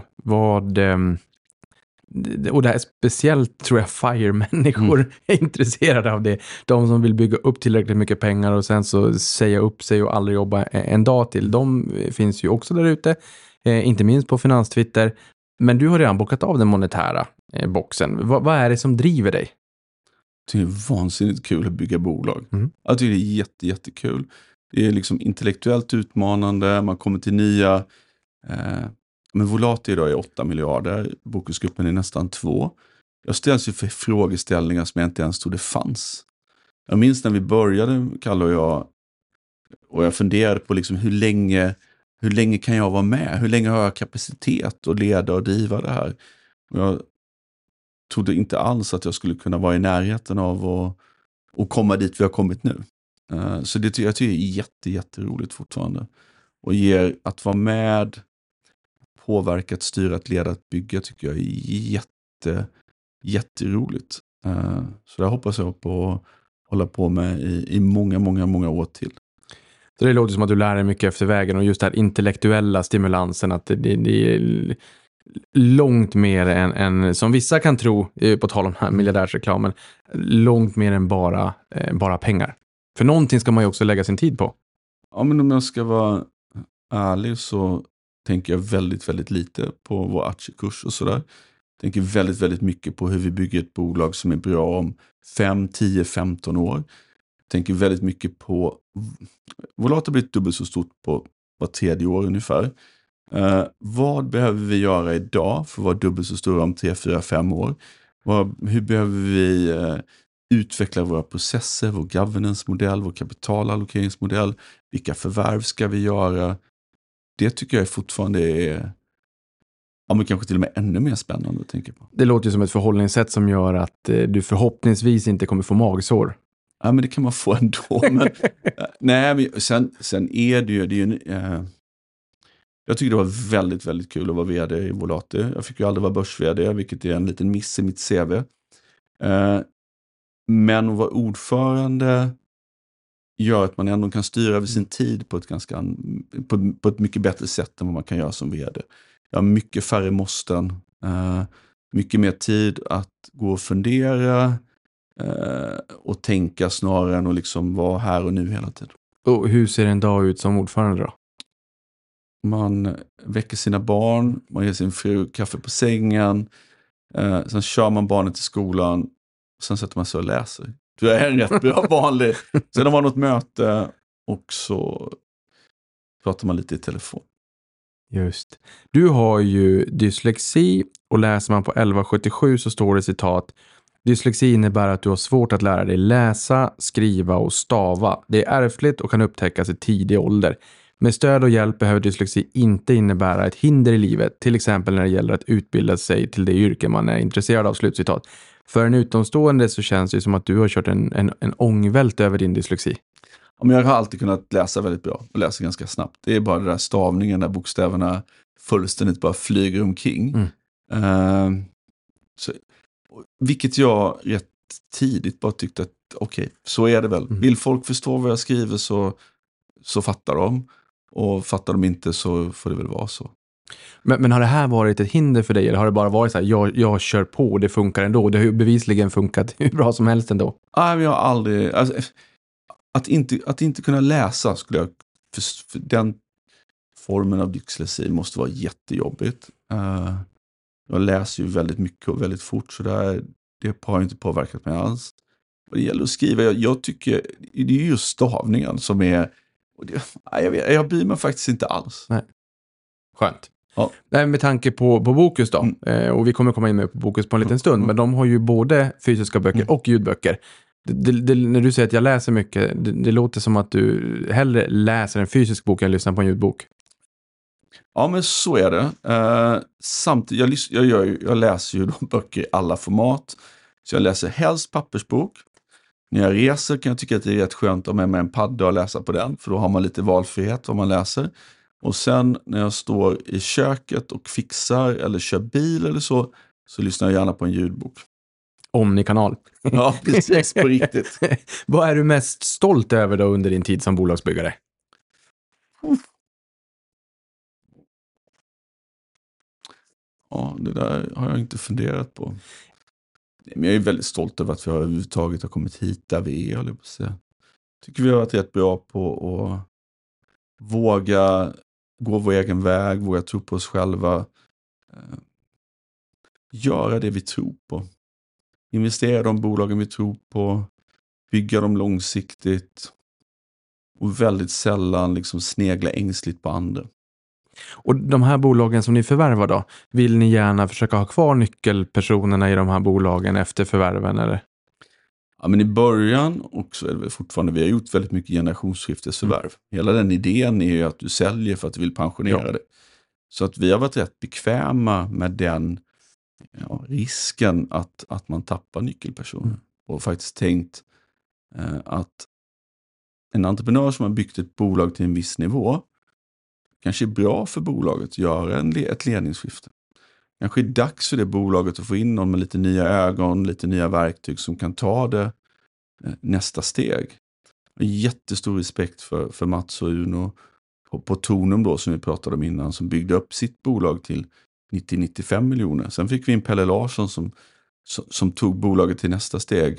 S1: och det är speciellt, tror jag, FIRE-människor är intresserade av det. De som vill bygga upp tillräckligt mycket pengar och sen så säga upp sig och aldrig jobba en dag till. De finns ju också där ute, inte minst på Finanstwitter. Men du har redan bockat av den monetära boxen. Vad är det som driver dig?
S2: Det är vansinnigt kul att bygga bolag. Jag tycker det är jättekul. Det är liksom intellektuellt utmanande. Man kommer till nya... Men Volati idag är 8 miljarder. Bokusgruppen är nästan 2. Jag ställs ju för frågeställningar som jag inte ens trodde fanns. Jag minns när vi började, Kalle och jag funderade på liksom hur länge kan jag vara med? Hur länge har jag kapacitet att leda och driva det här? Och jag trodde inte alls att jag skulle kunna vara i närheten av att komma dit vi har kommit nu. Så jag tycker det är jätteroligt fortfarande. Och att vara med, påverka, att styra, att leda, att bygga tycker jag är jätteroligt. Så det hoppas jag på att hålla på med i många år till.
S1: Så det låter som att du lär dig mycket efter vägen, och just den här intellektuella stimulansen, att det är långt mer än som vissa kan tro, på tal om den här miljardärsreklamen, långt mer än bara pengar. För någonting ska man ju också lägga sin tid på.
S2: Ja, men om jag ska vara ärlig så tänker jag väldigt lite på vår aktiekurs och sådär. Tänker väldigt mycket på hur vi bygger ett bolag som är bra om 5, 10, 15 år. Tänker väldigt mycket på... Volati har blivit dubbelt så stort på var 3:e år ungefär. Vad behöver vi göra idag för att vara dubbelt så stora om 3, 4, 5 år? Hur behöver vi utveckla våra processer, vår governance-modell, vår kapitalallokeringsmodell? Vilka förvärv ska vi göra? Det tycker jag fortfarande är... Ja, men kanske till och med ännu mer spännande att tänka på.
S1: Det låter ju som ett förhållningssätt som gör att du förhoppningsvis inte kommer få magsår.
S2: Ja, men det kan man få ändå. Men, nej, men sen är det ju... jag tycker det var väldigt kul att vara vd i Volati. Jag fick ju aldrig vara börs-vd, vilket är en liten miss i mitt CV. Men att vara ordförande gör att man ändå kan styra över sin tid på ett mycket bättre sätt än vad man kan göra som vd. Jag har mycket färre måsten, mycket mer tid att gå och fundera och tänka snarare än att liksom vara här och nu hela tiden.
S1: Och hur ser en dag ut som ordförande då?
S2: Man väcker sina barn, man ger sin fru kaffe på sängen, sen kör man barnet till skolan, sen sätter man sig och läser. Du är en rätt bra vanlig. Sen har man något möte och så pratar man lite i telefon.
S1: Just. Du har ju dyslexi och läser man på 1177 så står det citat: dyslexi innebär att du har svårt att lära dig läsa, skriva och stava. Det är ärftligt och kan upptäckas i tidig ålder. Med stöd och hjälp behöver dyslexi inte innebära ett hinder i livet, till exempel när det gäller att utbilda sig till det yrke man är intresserad av, slutcitat. För en utomstående så känns det som att du har kört en ångvält över din dyslexi.
S2: Ja, men jag har alltid kunnat läsa väldigt bra och läsa ganska snabbt. Det är bara den där stavningen där bokstäverna fullständigt bara flyger omkring. Vilket jag rätt tidigt bara tyckte att okej, så är det väl. Vill folk förstå vad jag skriver så fattar de. Och fattar de inte så får det väl vara så.
S1: Men har det här varit ett hinder för dig? Eller har det bara varit så här, jag kör på och det funkar ändå? Det har ju bevisligen funkat hur bra som helst ändå.
S2: Nej, men jag har aldrig... Alltså, att inte kunna läsa skulle jag... För den formen av dyslexi måste vara jättejobbigt. Jag läser ju väldigt mycket och väldigt fort, så det har inte påverkat mig alls. Vad det gäller att skriva, jag tycker det är just stavningen som är... Jag bryr mig faktiskt inte alls.
S1: Nej. Skönt.
S2: Ja.
S1: Med tanke på Bokus då, och vi kommer komma in med på Bokus på en liten stund, men de har ju både fysiska böcker och ljudböcker. När du säger att jag läser mycket, det låter som att du hellre läser en fysisk bok än lyssnar på en ljudbok.
S2: Ja, men så är det. Samtidigt, jag läser ju de böcker i alla format. Så jag läser helst pappersbok. När jag reser kan jag tycka att det är rätt skönt att ha med en padda och läsa på den. För då har man lite valfrihet vad man läser. Och sen när jag står i köket och fixar eller kör bil eller så lyssnar jag gärna på en ljudbok.
S1: Omni-kanal.
S2: Ja, precis, på riktigt.
S1: Vad är du mest stolt över då under din tid som bolagsbyggare?
S2: Ja, det där har jag inte funderat på. Men jag är väldigt stolt över att vi överhuvudtaget har kommit hit där vi är. Jag tycker vi har varit rätt bra på att våga gå vår egen väg, våga tro på oss själva. Göra det vi tror på. Investera i de bolagen vi tror på. Bygga dem långsiktigt. Och väldigt sällan liksom snegla ängsligt på andra.
S1: Och de här bolagen som ni förvärvar då, vill ni gärna försöka ha kvar nyckelpersonerna i de här bolagen efter förvärven eller?
S2: Ja, men i början också är det väl fortfarande, vi har gjort väldigt mycket generationsskiftesförvärv. Hela den idén är ju att du säljer för att du vill pensionera dig. Så att vi har varit rätt bekväma med den risken att man tappar nyckelpersoner. Och faktiskt tänkt att en entreprenör som har byggt ett bolag till en viss nivå kanske är bra för bolaget att göra ett ledningsskifte. Kanske är dags för det bolaget att få in någon med lite nya ögon, lite nya verktyg som kan ta det nästa steg. Jättestor respekt för Mats och Uno på Tonum då, som vi pratade om innan, som byggde upp sitt bolag till 90-95 miljoner. Sen fick vi in Pelle Larsson som tog bolaget till nästa steg.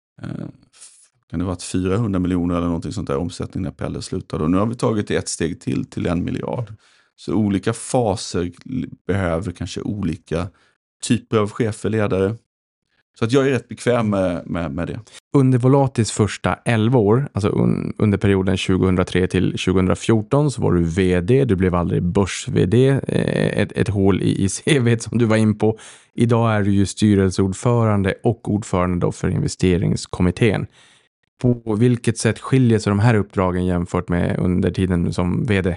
S2: Kan det ha varit 400 miljoner eller någonting sånt där omsättning när Pelle slutade. Och nu har vi tagit ett steg till 1 miljard. Så olika faser behöver kanske olika typer av chefer, ledare. Så att jag är rätt bekväm med det.
S1: Under Volatis första 11 år, alltså under perioden 2003 till 2014, så var du vd. Du blev aldrig börs-vd. Ett hål i CV som du var in på. Idag är du ju styrelseordförande och ordförande då för investeringskommittén. På vilket sätt skiljer sig de här uppdragen jämfört med under tiden som vd?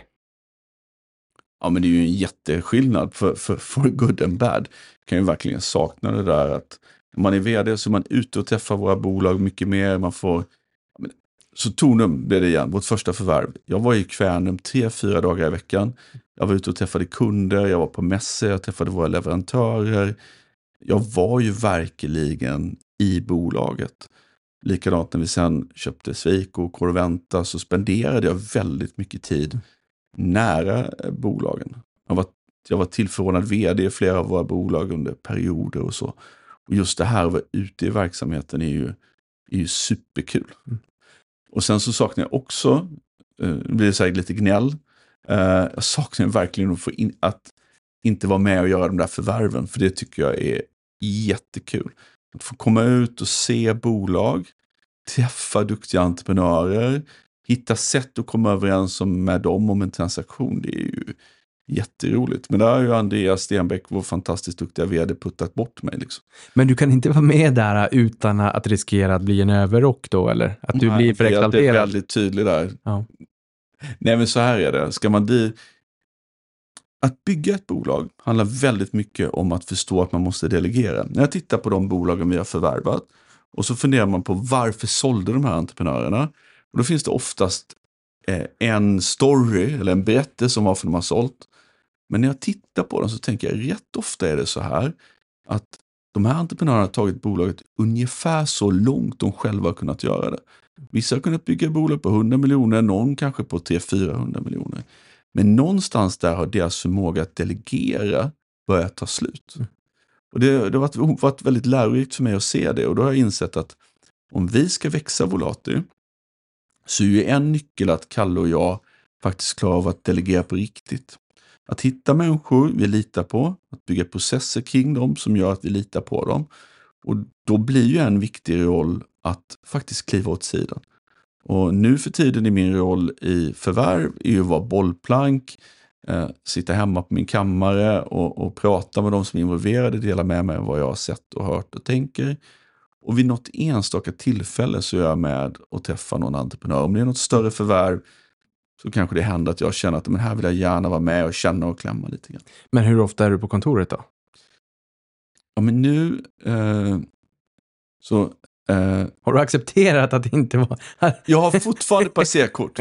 S2: Ja, men det är ju en jätteskillnad för good and bad. Jag kan ju verkligen sakna det där att när man är vd så är man ute och träffar våra bolag mycket mer. Man får... Så Tonum blev det igen, vårt första förvärv. Jag var i Kvänum 3-4 dagar i veckan. Jag var ute och träffade kunder, jag var på mässor, jag träffade våra leverantörer. Jag var ju verkligen i bolaget. Likadant när vi sen köpte Sweco och Corventa så spenderade jag väldigt mycket tid nära bolagen. Jag var tillförordnad vd i flera av våra bolag under perioder och så. Och just det här att vara ute i verksamheten är ju superkul. Och sen så saknar jag också, det blir säkert lite gnäll, jag saknar verkligen att få att inte vara med och göra de där förvärven. För det tycker jag är jättekul. Att få komma ut och se bolag. träffa duktiga entreprenörer, hitta sätt att komma överens med dem om en transaktion. Det är ju jätteroligt. Men där har ju Andreas Stenbeck, vår fantastiskt duktiga vd, puttat bort mig. Liksom.
S1: Men du kan inte vara med där utan att riskera att bli en överrock då, eller? Att du blir för exalterad?
S2: Jag är väldigt tydlig där.
S1: Ja.
S2: Nej, men så här är det. Att bygga ett bolag handlar väldigt mycket om att förstå att man måste delegera. När jag tittar på de bolagen vi har förvärvat och så funderar man på varför sålde de här entreprenörerna. Och då finns det oftast en story eller en berättelse om varför de har sålt. Men när jag tittar på dem så tänker jag rätt ofta är det så här att de här entreprenörerna har tagit bolaget ungefär så långt de själva har kunnat göra det. Vissa har kunnat bygga bolag på 100 miljoner, någon kanske på 300-400 miljoner. Men någonstans där har deras förmåga att delegera börjat ta slut. Och det har varit väldigt lärorikt för mig att se det. Och då har jag insett att om vi ska växa Volati så är ju en nyckel att Kalle och jag faktiskt klarar av att delegera på riktigt. Att hitta människor vi litar på, att bygga processer kring dem som gör att vi litar på dem. Och då blir ju en viktig roll att faktiskt kliva åt sidan. Och nu för tiden är min roll i förvärv är ju att vara bollplank, sitta hemma på min kammare och prata med de som är involverade, dela med mig vad jag har sett och hört och tänker. Och vid något enstaka tillfälle så är jag med och träffar någon entreprenör. Om det är något större förvärv så kanske det händer att jag känner att men här vill jag gärna vara med och känna och klämma lite grann.
S1: Men hur ofta är du på kontoret då?
S2: Ja, men nu
S1: har du accepterat att det inte var...
S2: Jag har fortfarande passerkort.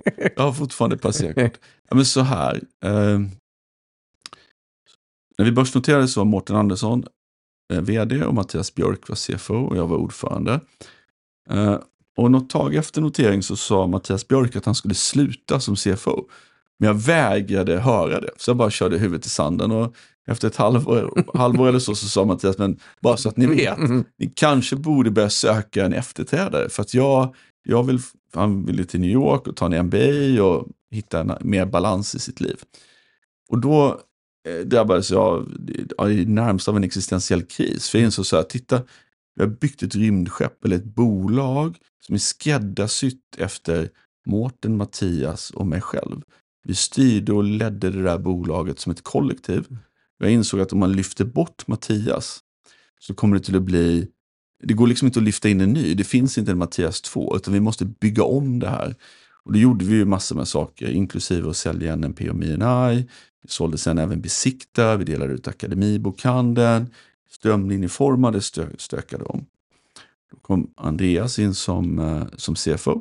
S2: Ja, men så här. När vi börsnoterade så var Mårten Andersson vd och Mattias Björk var CFO och jag var ordförande. Och något tag efter notering så sa Mattias Björk att han skulle sluta som CFO. Men jag vägrade höra det. Så jag bara körde huvudet i sanden. Och efter ett halvår eller så sa Mattias, men bara så att ni vet, ni kanske borde börja söka en efterträdare. För att han ville till New York och ta en MBA och hitta mer balans i sitt liv. Och då drabbades jag närmast av en existentiell kris. För jag insåg så här, titta, vi har byggt ett rymdskepp eller ett bolag som är skräddarsytt efter Mårten, Mattias och mig själv. Vi styrde och ledde det där bolaget som ett kollektiv. Jag insåg att om man lyfter bort Mattias så kommer det till att bli... Det går liksom inte att lyfta in en ny. Det finns inte en Mattias 2 utan vi måste bygga om det här. Och då gjorde vi ju massor med saker, inklusive att sälja NNP och MI&I. Vi sålde sen även Besikta, vi delade ut Akademibokhandeln. Strömlinjeformade stökade om. Då kom Andreas in som CFO.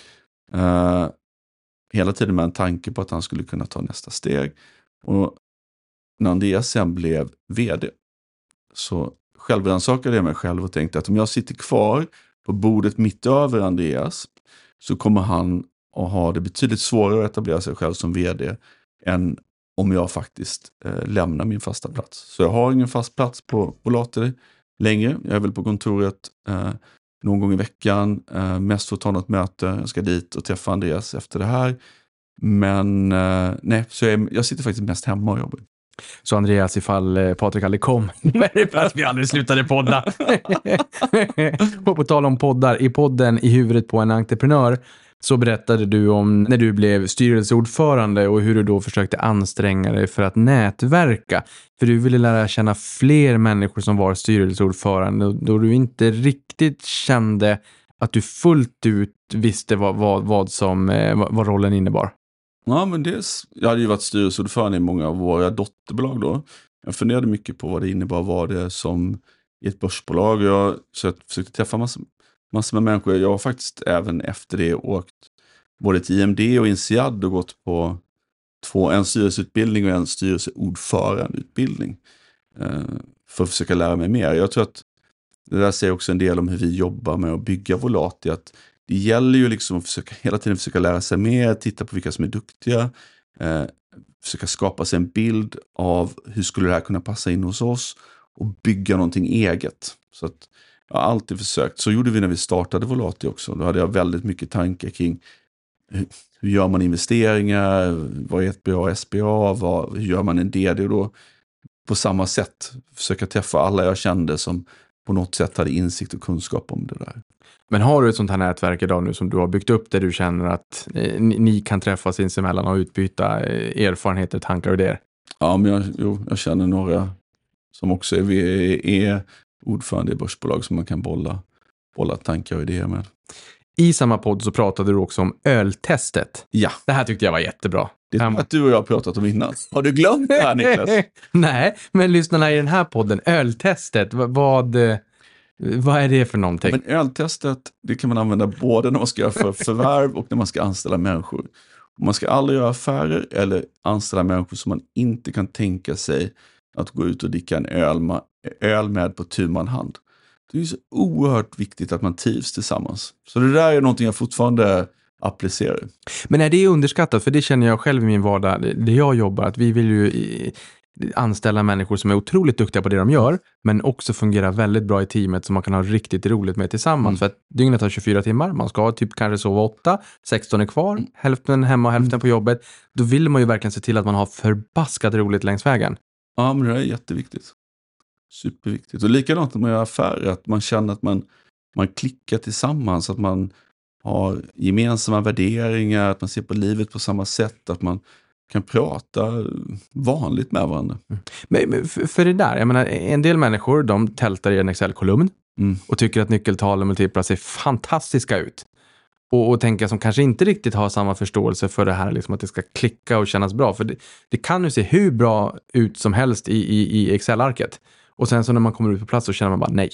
S2: Hela tiden med en tanke på att han skulle kunna ta nästa steg. Och när Andreas sen blev vd så självrannsakade jag mig själv och tänkte att om jag sitter kvar på bordet mitt över Andreas så kommer han att ha det betydligt svårare att etablera sig själv som vd än om jag faktiskt lämnar min fasta plats. Så jag har ingen fast plats på Volati längre. Jag är väl på kontoret någon gång i veckan. Mest för att ta något möte. Jag ska dit och träffa Andreas efter det här. Men nej, så jag sitter faktiskt mest hemma och jobbar.
S1: Så Andreas, ifall Patrik aldrig kom, är det för att vi aldrig slutade podda. Och på tal om poddar, i podden I huvudet på en entreprenör så berättade du om när du blev styrelseordförande och hur du då försökte anstränga dig för att nätverka. För du ville lära känna fler människor som var styrelseordförande då du inte riktigt kände att du fullt ut visste vad rollen innebar.
S2: Ja, men jag hade ju varit styrelseordförande i många av våra dotterbolag då. Jag funderade mycket på vad det innebar, vad det som i ett börsbolag. Så jag försökte träffa massor med människor. Jag har faktiskt även efter det åkt både till IMD och INSEAD och gått på en styrelseutbildning och en styrelseordförandeutbildning för att försöka lära mig mer. Jag tror att det där säger också en del om hur vi jobbar med att bygga Volati, att det gäller ju liksom att hela tiden försöka lära sig mer, titta på vilka som är duktiga, försöka skapa sig en bild av hur skulle det här kunna passa in hos oss och bygga någonting eget. Så att jag har alltid försökt. Så gjorde vi när vi startade Volati också. Då hade jag väldigt mycket tankar kring hur gör man investeringar, vad är ett bra SBA, hur gör man en DD, och då på samma sätt försöka träffa alla jag kände som på något sätt hade insikt och kunskap om det där.
S1: Men har du ett sånt här nätverk idag nu som du har byggt upp där du känner att ni kan träffas sinsemellan och utbyta erfarenheter, tankar och idéer?
S2: Ja, men jag känner några som också är ordförande i börsbolag som man kan bolla tankar och idéer med.
S1: I samma podd så pratade du också om öltestet.
S2: Ja.
S1: Det här tyckte jag var jättebra.
S2: Det är att du och jag har pratat om innan. Har du glömt det här, Niklas?
S1: Nej, men lyssnarna i den här podden, öltestet, vad är det för någonting?
S2: Ja, men öltestet, det kan man använda både när man ska göra förvärv och när man ska anställa människor. Man ska aldrig göra affärer eller anställa människor som man inte kan tänka sig att gå ut och dricka en öl med på tu man hand. Det är så oerhört viktigt att man trivs tillsammans. Så det där är någonting jag fortfarande applicerar.
S1: Men är det underskattat? För det känner jag själv i min vardag, där jag jobbar, att vi vill ju anställa människor som är otroligt duktiga på det de gör, men också fungerar väldigt bra i teamet som man kan ha riktigt roligt med tillsammans. För att dygnet har 24 timmar, man ska typ kanske sova 8, 16 är kvar, hälften hemma och hälften på jobbet. Då vill man ju verkligen se till att man har förbaskat roligt längs vägen.
S2: Ja, men det är jätteviktigt. Superviktigt. Och likadant när man gör affärer, att man känner att man klickar tillsammans, att man har gemensamma värderingar, att man ser på livet på samma sätt, att man kan prata vanligt med varandra.
S1: Men för det där, jag menar, en del människor, de tältar i en Excel-kolumn och tycker att nyckeltal och multiplar ser fantastiska ut. Och tänker som kanske inte riktigt har samma förståelse för det här, liksom att det ska klicka och kännas bra. För det kan ju se hur bra ut som helst i Excel-arket. Och sen så när man kommer ut på plats så känner man bara nej.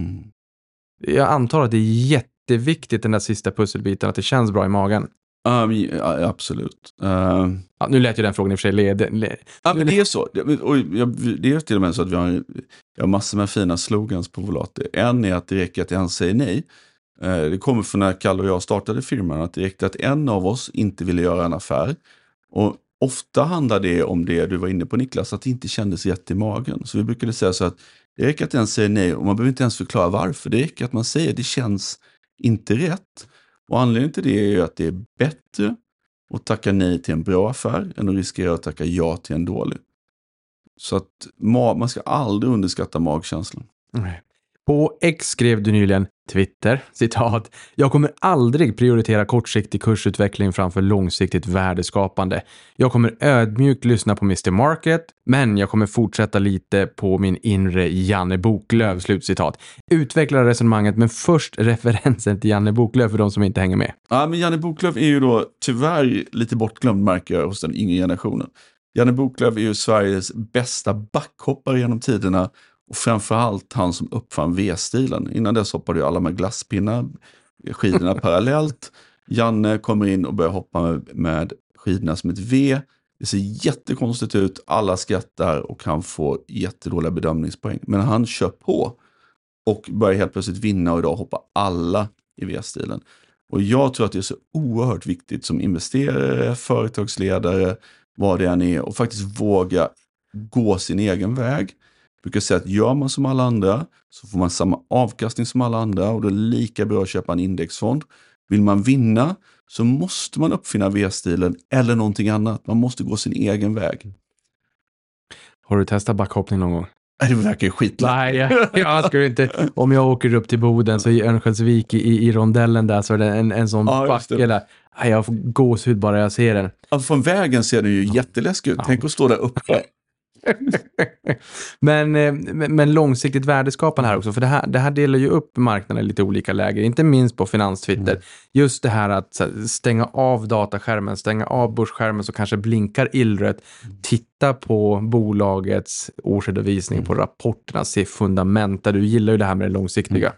S1: Jag antar att det är jätteviktigt den där sista pusselbiten, att det känns bra i magen.
S2: Ja, absolut.
S1: Nu lät ju den frågan i och för sig
S2: Ja, men det är så. Det är till och med så att vi har massor med fina slogans på Volati. En är att det räcker att en säger nej. Det kommer från när Kalle och jag startade firman, att det räckte att en av oss inte ville göra en affär. Och ofta handlar det om det du var inne på, Niklas, att det inte kändes rätt i magen. Så vi brukade säga så att det räcker att en säger nej och man behöver inte ens förklara varför. Det räcker att man säger det känns inte rätt. Och anledningen till det är ju att det är bättre att tacka nej till en bra affär än att riskera att tacka ja till en dålig. Så att man ska aldrig underskatta magkänslan.
S1: På X skrev du nyligen, Twitter, citat: "Jag kommer aldrig prioritera kortsiktig kursutveckling framför långsiktigt värdeskapande. Jag kommer ödmjukt lyssna på Mr. Market, men jag kommer fortsätta lite på min inre Janne Boklöv", slutcitat. Utveckla resonemanget, men först referensen till Janne Boklöv för de som inte hänger med.
S2: Ja, men Janne Boklöv är ju då tyvärr lite bortglömd, märker jag, hos den yngre generationen. Janne Boklöv är ju Sveriges bästa backhoppare genom tiderna. Och framförallt han som uppfann V-stilen. Innan dess hoppade ju alla med glasspinnar, skidorna parallellt. Janne kommer in och börjar hoppa med skidorna som ett V. Det ser jättekonstigt ut, alla skrattar och han får jättedåliga bedömningspoäng. Men han kör på och börjar helt plötsligt vinna, och idag hoppar alla i V-stilen. Och jag tror att det är så oerhört viktigt som investerare, företagsledare, vad det än är, och faktiskt våga gå sin egen väg. Jag brukar säga att gör man som alla andra så får man samma avkastning som alla andra, och då är det lika bra att köpa en indexfond. Vill man vinna så måste man uppfinna V-stilen eller någonting annat. Man måste gå sin egen väg.
S1: Har du testat backhoppning någon gång?
S2: Det verkar ju skitlätt.
S1: Nej, jag skulle inte. Om jag åker upp till Boden så i Örnsköldsvik i rondellen där så är det en sån backe där. Jag får gåshud bara jag ser den.
S2: Alltså från vägen ser den ju jätteläskig ut. Tänk att stå där uppe.
S1: men långsiktigt värdeskapande här också, för det här delar ju upp marknaden i lite olika läger, inte minst på finanstwitter. Just det här att stänga av dataskärmen, stänga av börsskärmen så kanske blinkar illrött, titta på bolagets årsredovisning, på rapporterna, se fundamenta. Du gillar ju det här med det långsiktiga.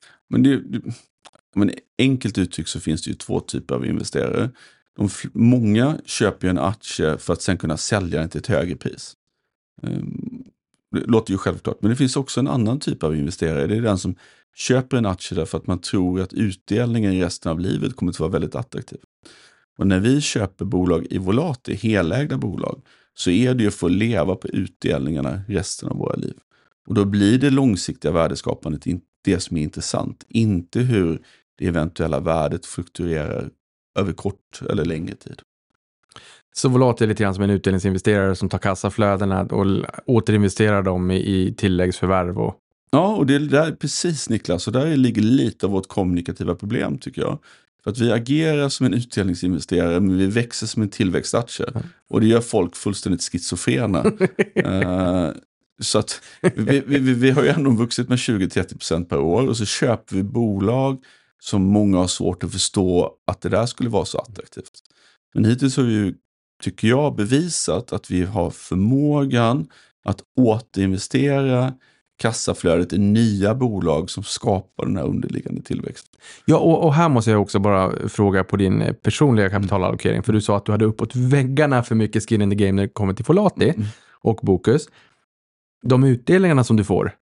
S2: Men enkelt uttryck så finns det ju två typer av investerare. Många köper ju en aktie för att sen kunna sälja den till ett högre pris. Det låter ju självklart, men det finns också en annan typ av investerare. Det är den som köper en aktie därför att man tror att utdelningen i resten av livet kommer att vara väldigt attraktiv. Och när vi köper bolag i Volati, helägda bolag, så är det ju för att leva på utdelningarna resten av våra liv. Och då blir det långsiktiga värdeskapandet det som är intressant, inte hur det eventuella värdet fluktuerar över kort eller längre tid.
S1: Så Volati är lite grann som en utdelningsinvesterare som tar kassaflödena och återinvesterar dem i tilläggsförvärv och
S2: Ja, och det är där precis Niklas, och där ligger lite av vårt kommunikativa problem tycker jag. För att vi agerar som en utdelningsinvesterare, men vi växer som en tillväxtaktie. Och det gör folk fullständigt schizofrena. Så att vi har ju ändå vuxit med 20-30% per år, och så köper vi bolag som många har svårt att förstå att det där skulle vara så attraktivt. Men hittills har vi ju, tycker jag, bevisat att vi har förmågan att återinvestera kassaflödet i nya bolag som skapar den här underliggande tillväxten.
S1: Ja, och här måste jag också bara fråga på din personliga kapitalallokering. För du sa att du hade uppåt väggarna för mycket skin in the game när det kommer till Volati och Bokus. De utdelningarna som du får,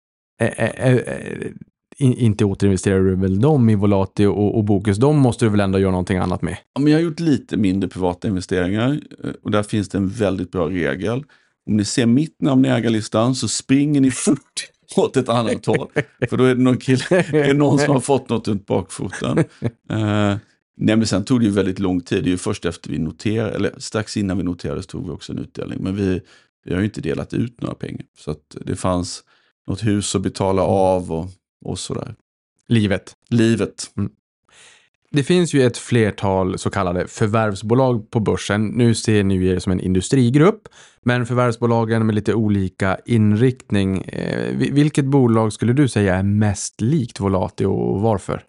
S1: inte återinvesterar du väl dem i Volati och Bokus? De måste du väl ändå göra någonting annat med?
S2: Ja, men jag har gjort lite mindre privata investeringar, och där finns det en väldigt bra regel. Om ni ser mitt namn i ägarlistan så springer ni fort åt ett annat håll. För då är det någon som har fått något runt bakfoten. Nej, men sen tog det ju väldigt lång tid. Det är ju först efter vi noterade, eller strax innan vi noterade, tog vi också en utdelning. Men vi har ju inte delat ut några pengar. Så att det fanns något hus att betala av och sådär. Livet.
S1: Mm. Det finns ju ett flertal så kallade förvärvsbolag på börsen. Nu ser ni er som en industrigrupp, men förvärvsbolagen med lite olika inriktning. Vilket bolag skulle du säga är mest likt Volati och varför?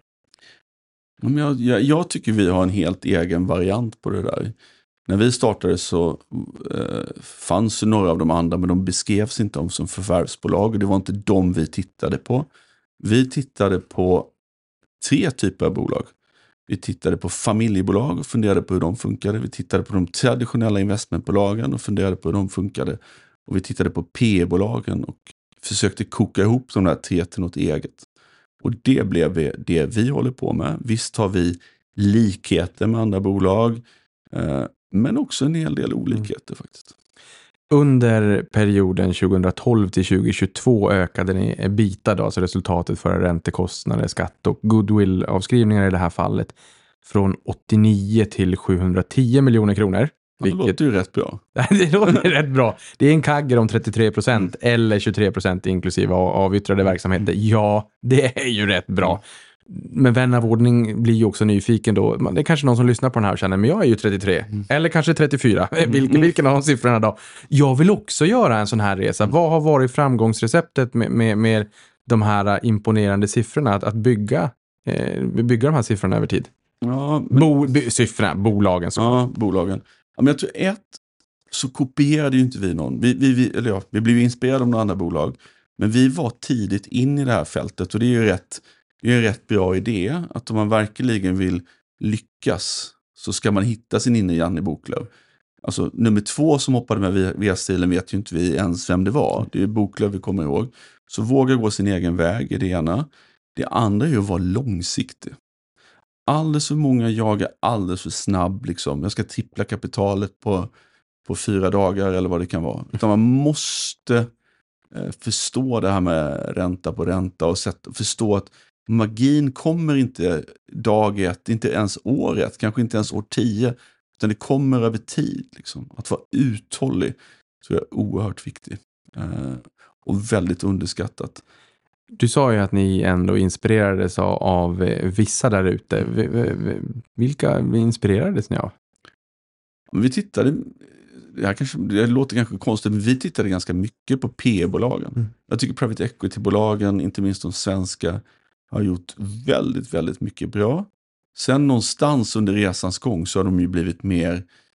S2: Jag tycker vi har en helt egen variant på det där. När vi startade så fanns ju några av de andra, men de beskrevs inte som förvärvsbolag, och det var inte de vi tittade på. Vi tittade på 3 typer av bolag. Vi tittade på familjebolag och funderade på hur de funkade. Vi tittade på de traditionella investmentbolagen och funderade på hur de funkade. Och vi tittade på PE-bolagen och försökte koka ihop de där 3 till något eget. Och det blev det vi håller på med. Visst har vi likheter med andra bolag, men också en hel del olikheter faktiskt.
S1: Under perioden 2012 till 2022 ökade ni EBITDA, då, alltså resultatet för räntekostnader, skatt och goodwill-avskrivningar i det här fallet, från 89 till 710 miljoner kronor.
S2: Ja, det låter ju rätt bra.
S1: Det låter rätt bra. Det är en kagger om 33% eller 23% inklusive avyttrade verksamheter. Ja, det är ju rätt bra. Men vän av ordning blir ju också nyfiken då. Det är kanske någon som lyssnar på den här och känner, men jag är ju 33. Eller kanske 34. Vilken av de siffrorna då? Jag vill också göra en sån här resa. Vad har varit framgångsreceptet med de här imponerande siffrorna? Att bygga de här siffrorna över tid?
S2: Ja,
S1: siffrorna, bolagen.
S2: Ja, bolagen. Ja, men jag tror så kopierade ju inte vi någon. Vi blev inspirerade av några andra bolag. Men vi var tidigt in i det här fältet, och det är ju en rätt bra idé att om man verkligen vill lyckas så ska man hitta sin inne Janne Boklöv. Alltså nummer 2 som hoppade med via stilen vet ju inte vi ens vem det var. Det är Boklöv vi kommer ihåg. Så våga gå sin egen väg är det ena. Det andra är ju att vara långsiktig. Alldeles för många jagar alldeles för snabb liksom. Jag ska trippla kapitalet på 4 dagar eller vad det kan vara. Utan man måste förstå det här med ränta på ränta och förstå att magin kommer inte dag 1, inte ens år 1, kanske inte ens år 10, utan det kommer över tid. Liksom. Att vara uthållig tror jag är oerhört viktigt och väldigt underskattat.
S1: Du sa ju att ni ändå inspirerades av vissa där ute. Vilka inspirerades ni av?
S2: Vi tittade, det låter kanske konstigt, men vi tittade ganska mycket på PE-bolagen. Jag tycker private equity-bolagen, inte minst de svenska, har gjort väldigt, väldigt mycket bra. Sen någonstans under resans gång så har de ju blivit mer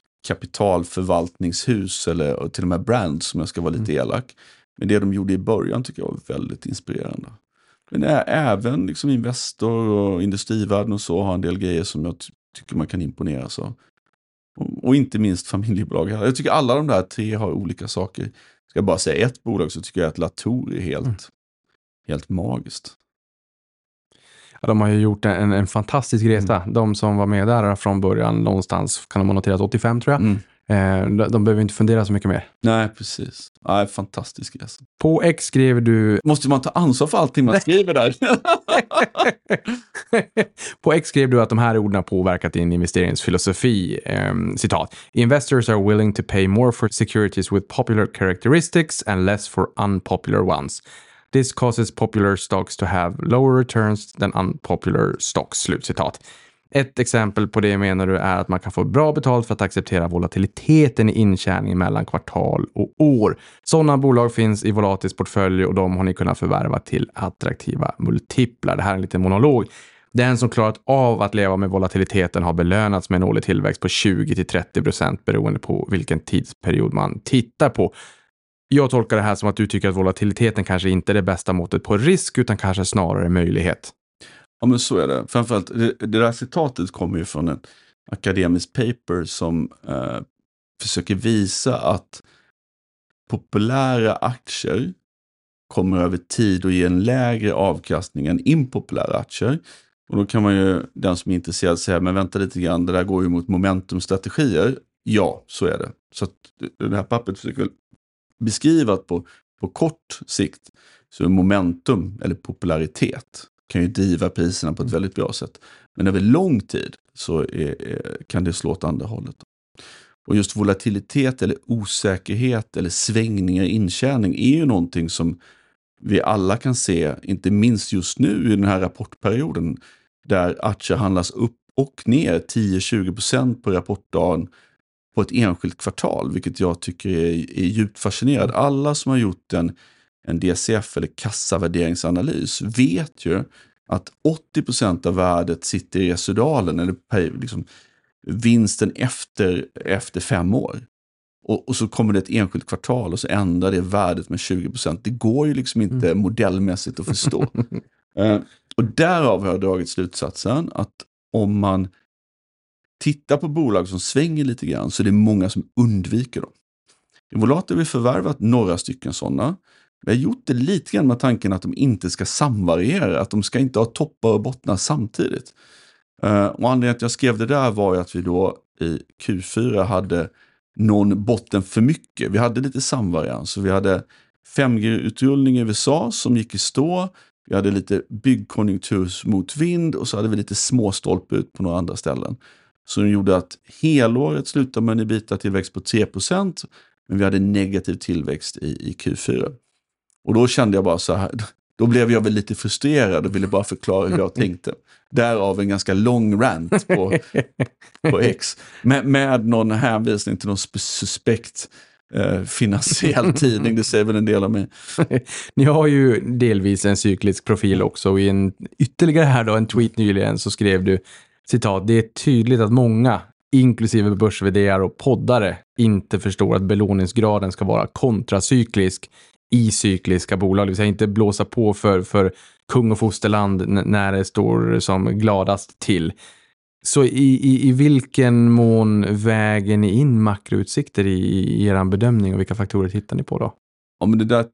S2: kapitalförvaltningshus eller till och med brands, som jag ska vara lite elak. Men det de gjorde i början tycker jag var väldigt inspirerande. Men även liksom Investor och Industrivärden och så har en del grejer som jag tycker man kan imponeras av. Och inte minst familjebolag. Jag tycker alla de där 3 har olika saker. Ska jag bara säga ett bolag så tycker jag att Latour är helt magiskt.
S1: Ja, de har ju gjort en fantastisk resa. De som var med där från början någonstans kan de ha noterat 85 tror jag. De behöver inte fundera så mycket mer.
S2: Nej, precis. Nej, fantastisk resa.
S1: På X skrev du...
S2: Måste man ta ansvar för allting man skriver där?
S1: På X skrev du att de här orden har påverkat din investeringsfilosofi. Citat. Investors are willing to pay more for securities with popular characteristics and less for unpopular ones. This causes popular stocks to have lower returns than unpopular stocks. Slutcitat. Ett exempel på det menar du är att man kan få bra betalt för att acceptera volatiliteten i intjäning mellan kvartal och år. Sådana bolag finns i Volatis portfölj och de har ni kunnat förvärva till attraktiva multiplar. Det här är en liten monolog. Den som klarat av att leva med volatiliteten har belönats med en årlig tillväxt på 20-30% beroende på vilken tidsperiod man tittar på. Jag tolkar det här som att du tycker att volatiliteten kanske inte är det bästa måttet på risk utan kanske snarare möjlighet.
S2: Ja, men så är det. Framförallt, det där citatet kommer ju från en akademisk paper som försöker visa att populära aktier kommer över tid att ge en lägre avkastning än impopulära aktier. Och då kan man ju, den som är intresserad, säga, men vänta lite grann, det där går ju mot momentumstrategier. Ja, så är det. Så att det här pappret försöker beskriva att på kort sikt så är momentum eller popularitet kan ju driva priserna på ett väldigt bra sätt. Men över lång tid så kan det slå åt andra hållet. Och just volatilitet eller osäkerhet eller svängningar i intjäning är ju någonting som vi alla kan se, inte minst just nu i den här rapportperioden där aktier handlas upp och ner 10-20% på rapportdagen på ett enskilt kvartal, vilket jag tycker är djupt fascinerande. Alla som har gjort en DCF eller kassavärderingsanalys vet ju att 80% av värdet sitter i residualen eller liksom vinsten efter 5 år. Och så kommer det ett enskilt kvartal och så ändrar det värdet med 20%. Det går ju liksom inte modellmässigt att förstå. Och därav har jag dragit slutsatsen att om man tittar på bolag som svänger lite grann så är det många som undviker dem. I Volat har vi förvärvat några stycken sådana. Vi har gjort det lite grann med tanken att de inte ska samvariera, att de ska inte ha toppar och bottnar samtidigt. Och anledningen att jag skrev det där var ju att vi då i Q4 hade någon botten för mycket. Vi hade lite samvarians, så vi hade 5G-utrullning i USA som gick i stå. Vi hade lite byggkonjunktursmotvind och så hade vi lite småstolp ut på några andra ställen. Så det gjorde att helåret slutade med en EBITDA-tillväxt på 3%, men vi hade negativ tillväxt i Q4. Och då kände jag bara så här, då blev jag väl lite frustrerad och ville bara förklara hur jag tänkte. Därav en ganska lång rant på X. Med någon hänvisning till någon suspekt finansiell tidning, det säger väl en del av mig.
S1: Ni har ju delvis en cyklisk profil också och i en ytterligare här då, en tweet nyligen så skrev du, citat, det är tydligt att många, inklusive börs-vd:ar och poddare, inte förstår att belåningsgraden ska vara kontracyklisk i cykliska bolag, det vill säga inte blåsa på för kung och fosterland när det står som gladast till. Så i vilken mån väger ni in makroutsikter i er bedömning och vilka faktorer tittar ni på då?
S2: Ja, men det där,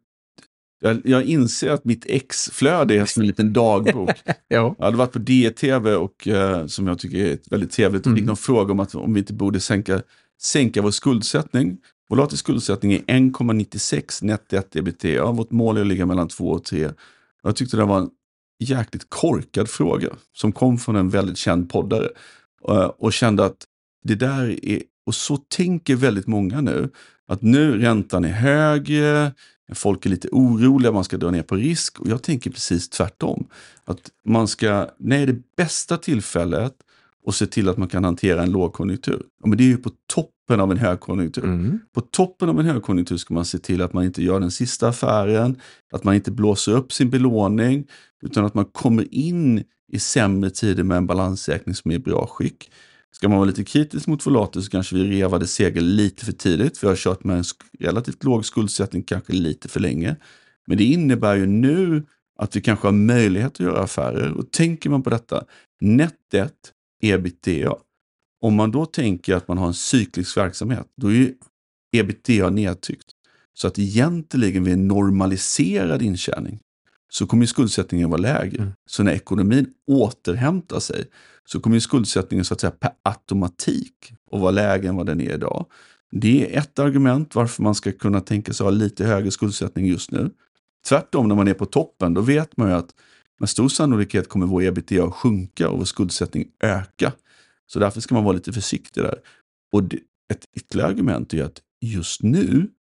S2: jag inser att mitt X-flöde är som en liten dagbok.
S1: Ja.
S2: Jag hade varit på DTV och som jag tycker är väldigt trevligt och fick någon fråga om att om vi inte borde sänka vår skuldsättning. Vår skuldsättning är 1,96 net debt ebitda. Vårt mål är att ligga mellan 2 och 3. Jag tyckte det var en jäkligt korkad fråga som kom från en väldigt känd poddare och kände att det där är, och så tänker väldigt många nu, att nu räntan är högre, folk är lite oroliga, man ska dra ner på risk, och jag tänker precis tvärtom, att man ska, nej, det bästa tillfället och se till att man kan hantera en lågkonjunktur. Ja, men det är ju på toppen av en högkonjunktur. På toppen av en högkonjunktur ska man se till att man inte gör den sista affären, att man inte blåser upp sin belåning, utan att man kommer in i sämre tider med en balansräkning som är i bra skick. Ska man vara lite kritisk mot Volatis så kanske vi revade segel lite för tidigt. Vi har kört med en relativt låg skuldsättning kanske lite för länge. Men det innebär ju nu att vi kanske har möjlighet att göra affärer. Och tänker man på detta, net debt ebitda. Om man då tänker att man har en cyklisk verksamhet, då är ju ebitda nedtryckt. Så att egentligen vid en normaliserad intjäning så kommer ju skuldsättningen vara lägre. Så när ekonomin återhämtar sig så kommer ju skuldsättningen så att säga per automatik att vara lägre än vad den är idag. Det är ett argument varför man ska kunna tänka sig ha lite högre skuldsättning just nu. Tvärtom, när man är på toppen, då vet man ju att med stor sannolikhet kommer vår ebitda att sjunka och vår skuldsättning öka. Så därför ska man vara lite försiktig där. Och ett ytterligare argument är att just nu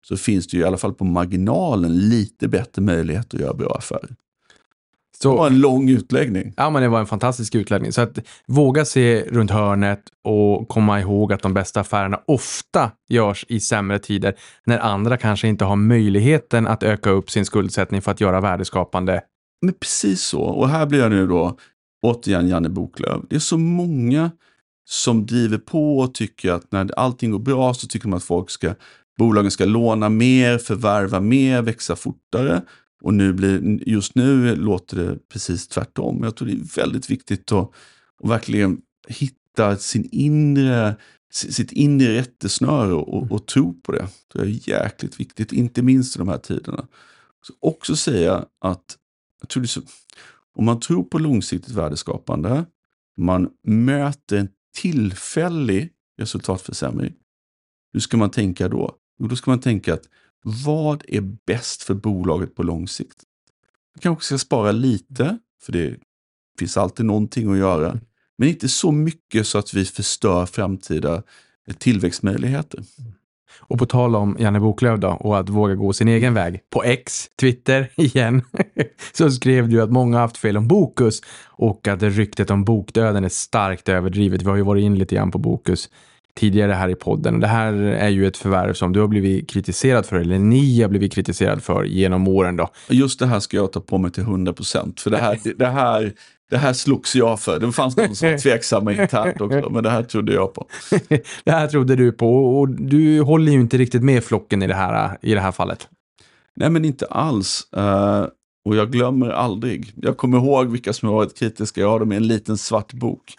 S2: så finns det ju i alla fall på marginalen lite bättre möjlighet att göra bra affärer. Det var en lång utläggning.
S1: Ja, men det var en fantastisk utläggning. Så att våga se runt hörnet och komma ihåg att de bästa affärerna ofta görs i sämre tider när andra kanske inte har möjligheten att öka upp sin skuldsättning för att göra värdeskapande.
S2: Men precis så. Och här blir jag nu då återigen Janne Boklöv. Det är så många som driver på och tycker att när allting går bra så tycker de att bolagen ska låna mer, förvärva mer, växa fortare. Och just nu låter det precis tvärtom. Jag tror det är väldigt viktigt att verkligen hitta sitt inre rättesnöre och tro på det. Det är jäkligt viktigt, inte minst i de här tiderna. Så också säga att jag tror om man tror på långsiktigt värdeskapande, man möter en tillfällig resultatförsämring. Hur ska man tänka då? Jo, då ska man tänka att vad är bäst för bolaget på lång sikt? Man kanske ska spara lite, för det finns alltid någonting att göra. Men inte så mycket så att vi förstör framtida tillväxtmöjligheter.
S1: Och på tal om Janne Boklöv då, och att våga gå sin egen väg. På X, Twitter igen, så skrev du att många har haft fel om Bokus och att ryktet om bokdöden är starkt överdrivet. Vi har ju varit in lite grann på Bokus tidigare här i podden. Och det här är ju ett förvärv som du har blivit kritiserad för, eller ni har blivit kritiserad för genom åren då.
S2: Just det här ska jag ta på mig till 100%. För det här slogs jag för. Det fanns någon som var tveksamma internt också, men det här trodde jag på.
S1: Det här trodde du på, och du håller ju inte riktigt med flocken i det här fallet.
S2: Nej, men inte alls. Och jag glömmer aldrig. Jag kommer ihåg vilka som har varit kritiska. Jag har dem i en liten svart bok.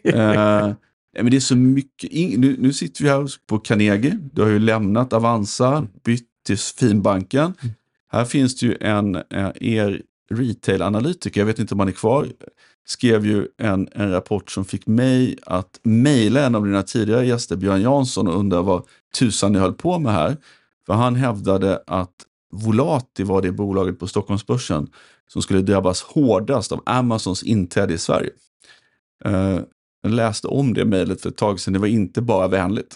S2: Men det är så mycket. Nu sitter vi här på Carnegie. Du har ju lämnat Avanza, bytt till Finbanken. Här finns det ju er retail-analytiker, jag vet inte om han är kvar, skrev ju en rapport som fick mig att mejla en av dina tidigare gäster, Björn Jansson, och undra vad tusan ni höll på med här. För han hävdade att Volati var det bolaget på Stockholmsbörsen som skulle drabbas hårdast av Amazons inträde i Sverige. Jag läste om det mejlet för ett tag sedan. Det var inte bara vänligt.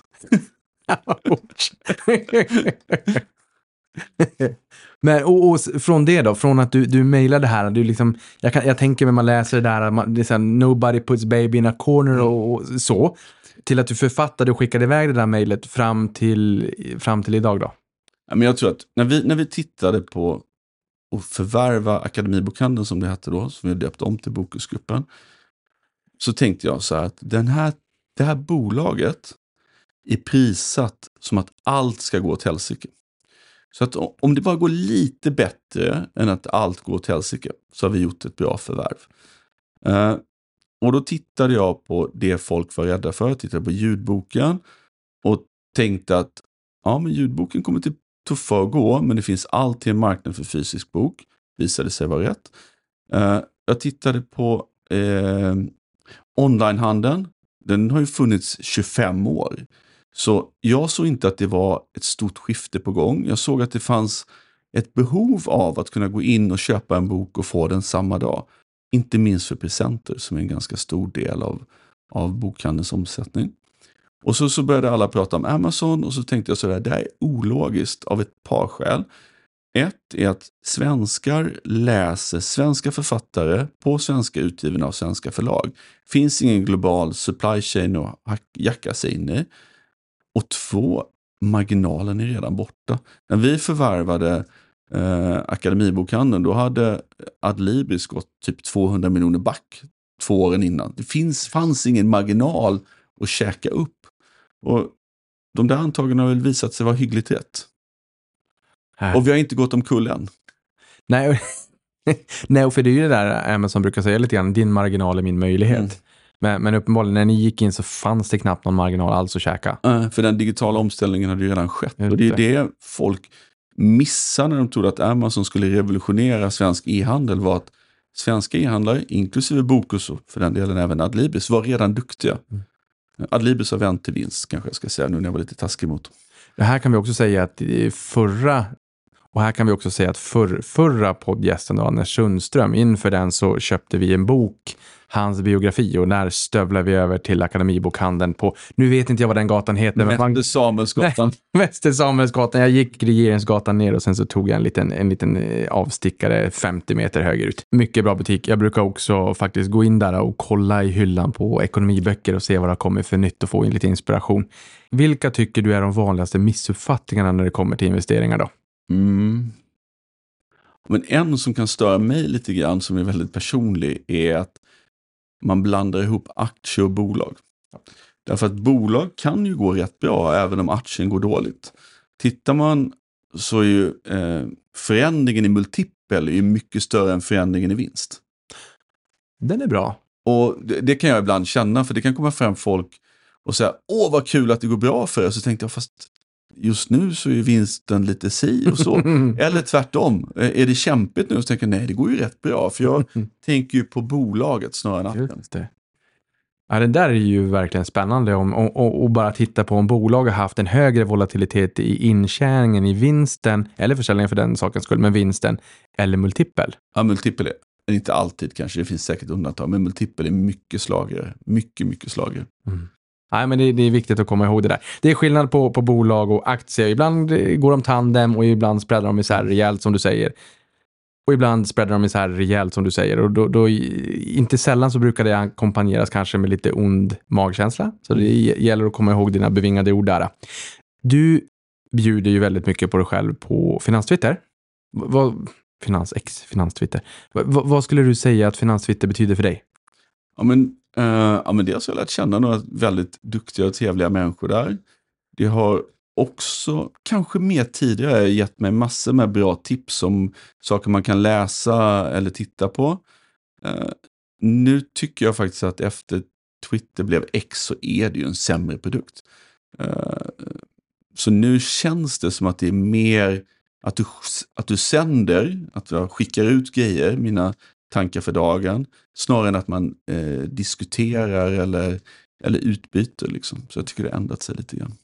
S1: Men och från det då, från att du mejlade här, du liksom, jag tänker när man läser det där, det är så här, nobody puts baby in a corner och så, till att du författade och skickade iväg det där mejlet fram till idag då.
S2: Ja, men jag tror att när vi tittade på att förvärva Akademibokhandeln, som det hette då, som vi döpt om till Bokusgruppen, så tänkte jag så här att det här bolaget är prissatt som att allt ska gå åt helsike. Så att om det bara går lite bättre än att allt går åt helsike, så har vi gjort ett bra förvärv. Och då tittade jag på det folk var rädda för. Jag tittade på ljudboken och tänkte att ja, men ljudboken kommer till tuffa att gå, men det finns alltid en marknad för fysisk bok. Visade sig vara rätt. Jag tittade på onlinehandeln. Den har ju funnits 25 år. Så jag såg inte att det var ett stort skifte på gång. Jag såg att det fanns ett behov av att kunna gå in och köpa en bok och få den samma dag. Inte minst för presenter, som är en ganska stor del av bokhandelns omsättning. Och så började alla prata om Amazon, och så tänkte jag sådär, det här är ologiskt av ett par skäl. Ett är att svenskar läser svenska författare på svenska utgivna av svenska förlag. Finns ingen global supply chain att jacka sig in i. Och 2, marginalen är redan borta. När vi förvärvade Akademibokhandeln, då hade Adlibris gått typ 200 miljoner back 2 åren innan. Det fanns ingen marginal att käka upp. Och de där antagen har väl visat sig vara hyggligt rätt. Och vi har inte gått omkull än.
S1: Nej, för det är ju det där Amazon brukar säga lite grann, din marginal är min möjlighet. Men uppenbarligen när ni gick in så fanns det knappt någon marginal alls att käka.
S2: För den digitala omställningen hade ju redan skett. Och det är det folk missar när de trodde att Amazon skulle revolutionera svensk e-handel, var att svenska e-handlare, inklusive Bokus och för den delen även Adlibris, var redan duktiga. Adlibris har vänt till vinst, kanske jag ska säga nu när jag var lite taskig mot.
S1: Det här kan vi också säga att förra Och här kan vi också säga att förra poddgästen då, Anders Sundström, inför den så köpte vi en bok, hans biografi, och där stövlar vi över till Akademibokhandeln på, nu vet inte jag vad den gatan heter.
S2: Väster Samuelsgatan.
S1: Väster Samuelsgatan. Jag gick Regeringsgatan ner och sen så tog jag en liten avstickare 50 meter högerut. Mycket bra butik. Jag brukar också faktiskt gå in där och kolla i hyllan på ekonomiböcker och se vad det kommer för nytt och få in lite inspiration. Vilka tycker du är de vanligaste missuppfattningarna när det kommer till investeringar då?
S2: Men en som kan störa mig lite grann, som är väldigt personlig, är att man blandar ihop aktier och bolag. Därför att bolag kan ju gå rätt bra även om aktien går dåligt. Tittar man så är ju förändringen i multipel är ju mycket större än förändringen i vinst.
S1: Den är bra.
S2: Och det kan jag ibland känna, för det kan komma fram folk och säga, åh vad kul att det går bra för er. Så tänkte jag, fast just nu så är vinsten lite si och så. Eller tvärtom, är det kämpigt nu? Så tänker jag, nej det går ju rätt bra. För jag tänker ju på bolaget snarare än aktien.
S1: Just det. Ja, det där är ju verkligen spännande om bara titta på om bolag har haft en högre volatilitet i intjäningen i vinsten, eller försäljningen för den sakens skull, men vinsten eller multipel.
S2: Ja, multipel är inte alltid kanske, det finns säkert undantag, men multipel är mycket slagare. Mycket slagare.
S1: Nej, men det är viktigt att komma ihåg det där. Det är skillnad på bolag och aktier. Ibland går de tandem och ibland spreadar de isär rejält som du säger. Och ibland spreadar de isär rejält som du säger. Och då inte sällan så brukar det ackompanjeras kanske med lite ond magkänsla. Så det gäller att komma ihåg dina bevingade ord där. Du bjuder ju väldigt mycket på dig själv på Finanstwitter. Finanstwitter. Vad skulle du säga att Finanstwitter betyder för dig?
S2: Ja, men dels har jag lärt känna några väldigt duktiga och trevliga människor där. Det har också, kanske mer tidigare, gett mig massor med bra tips om saker man kan läsa eller titta på. Nu tycker jag faktiskt att efter Twitter blev X så är det ju en sämre produkt. Så nu känns det som att det är mer att du sänder, att jag skickar ut grejer, mina tankar för dagen, snarare än att man diskuterar eller utbyter liksom. Så jag tycker det har ändrat sig lite grann.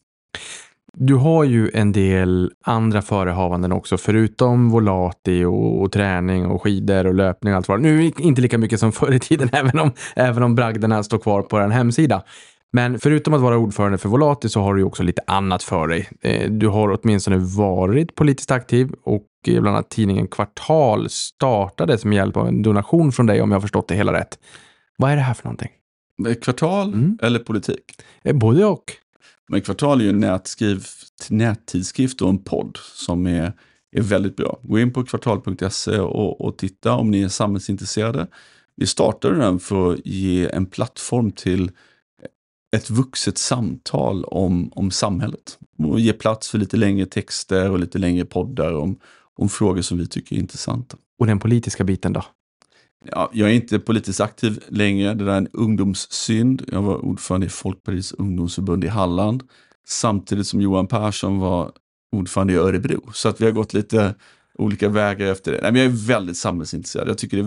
S1: Du har ju en del andra förehavanden också, förutom Volati och träning och skidor och löpning och allt vad. Nu inte lika mycket som förr i tiden, även om bragderna står kvar på en hemsida. Men förutom att vara ordförande för Volati så har du ju också lite annat för dig. Du har åtminstone varit politiskt aktiv och bland annat tidningen Kvartal startade som hjälp av en donation från dig, om jag har förstått det hela rätt. Vad är det här för någonting?
S2: Kvartal eller politik?
S1: Både och.
S2: Men Kvartal är ju en nättidskrift och en podd som är väldigt bra. Gå in på kvartal.se och titta om ni är samhällsintresserade. Vi startade den för att ge en plattform till ett vuxet samtal om samhället. Och ge plats för lite längre texter och lite längre poddar om frågor som vi tycker är intressanta.
S1: Och den politiska biten då?
S2: Ja, jag är inte politiskt aktiv längre. Det där är en ungdomssynd. Jag var ordförande i Folkpartiets ungdomsförbund i Halland. Samtidigt som Johan Persson var ordförande i Örebro. Så att vi har gått lite olika vägar efter det. Nej, men jag är väldigt samhällsintresserad.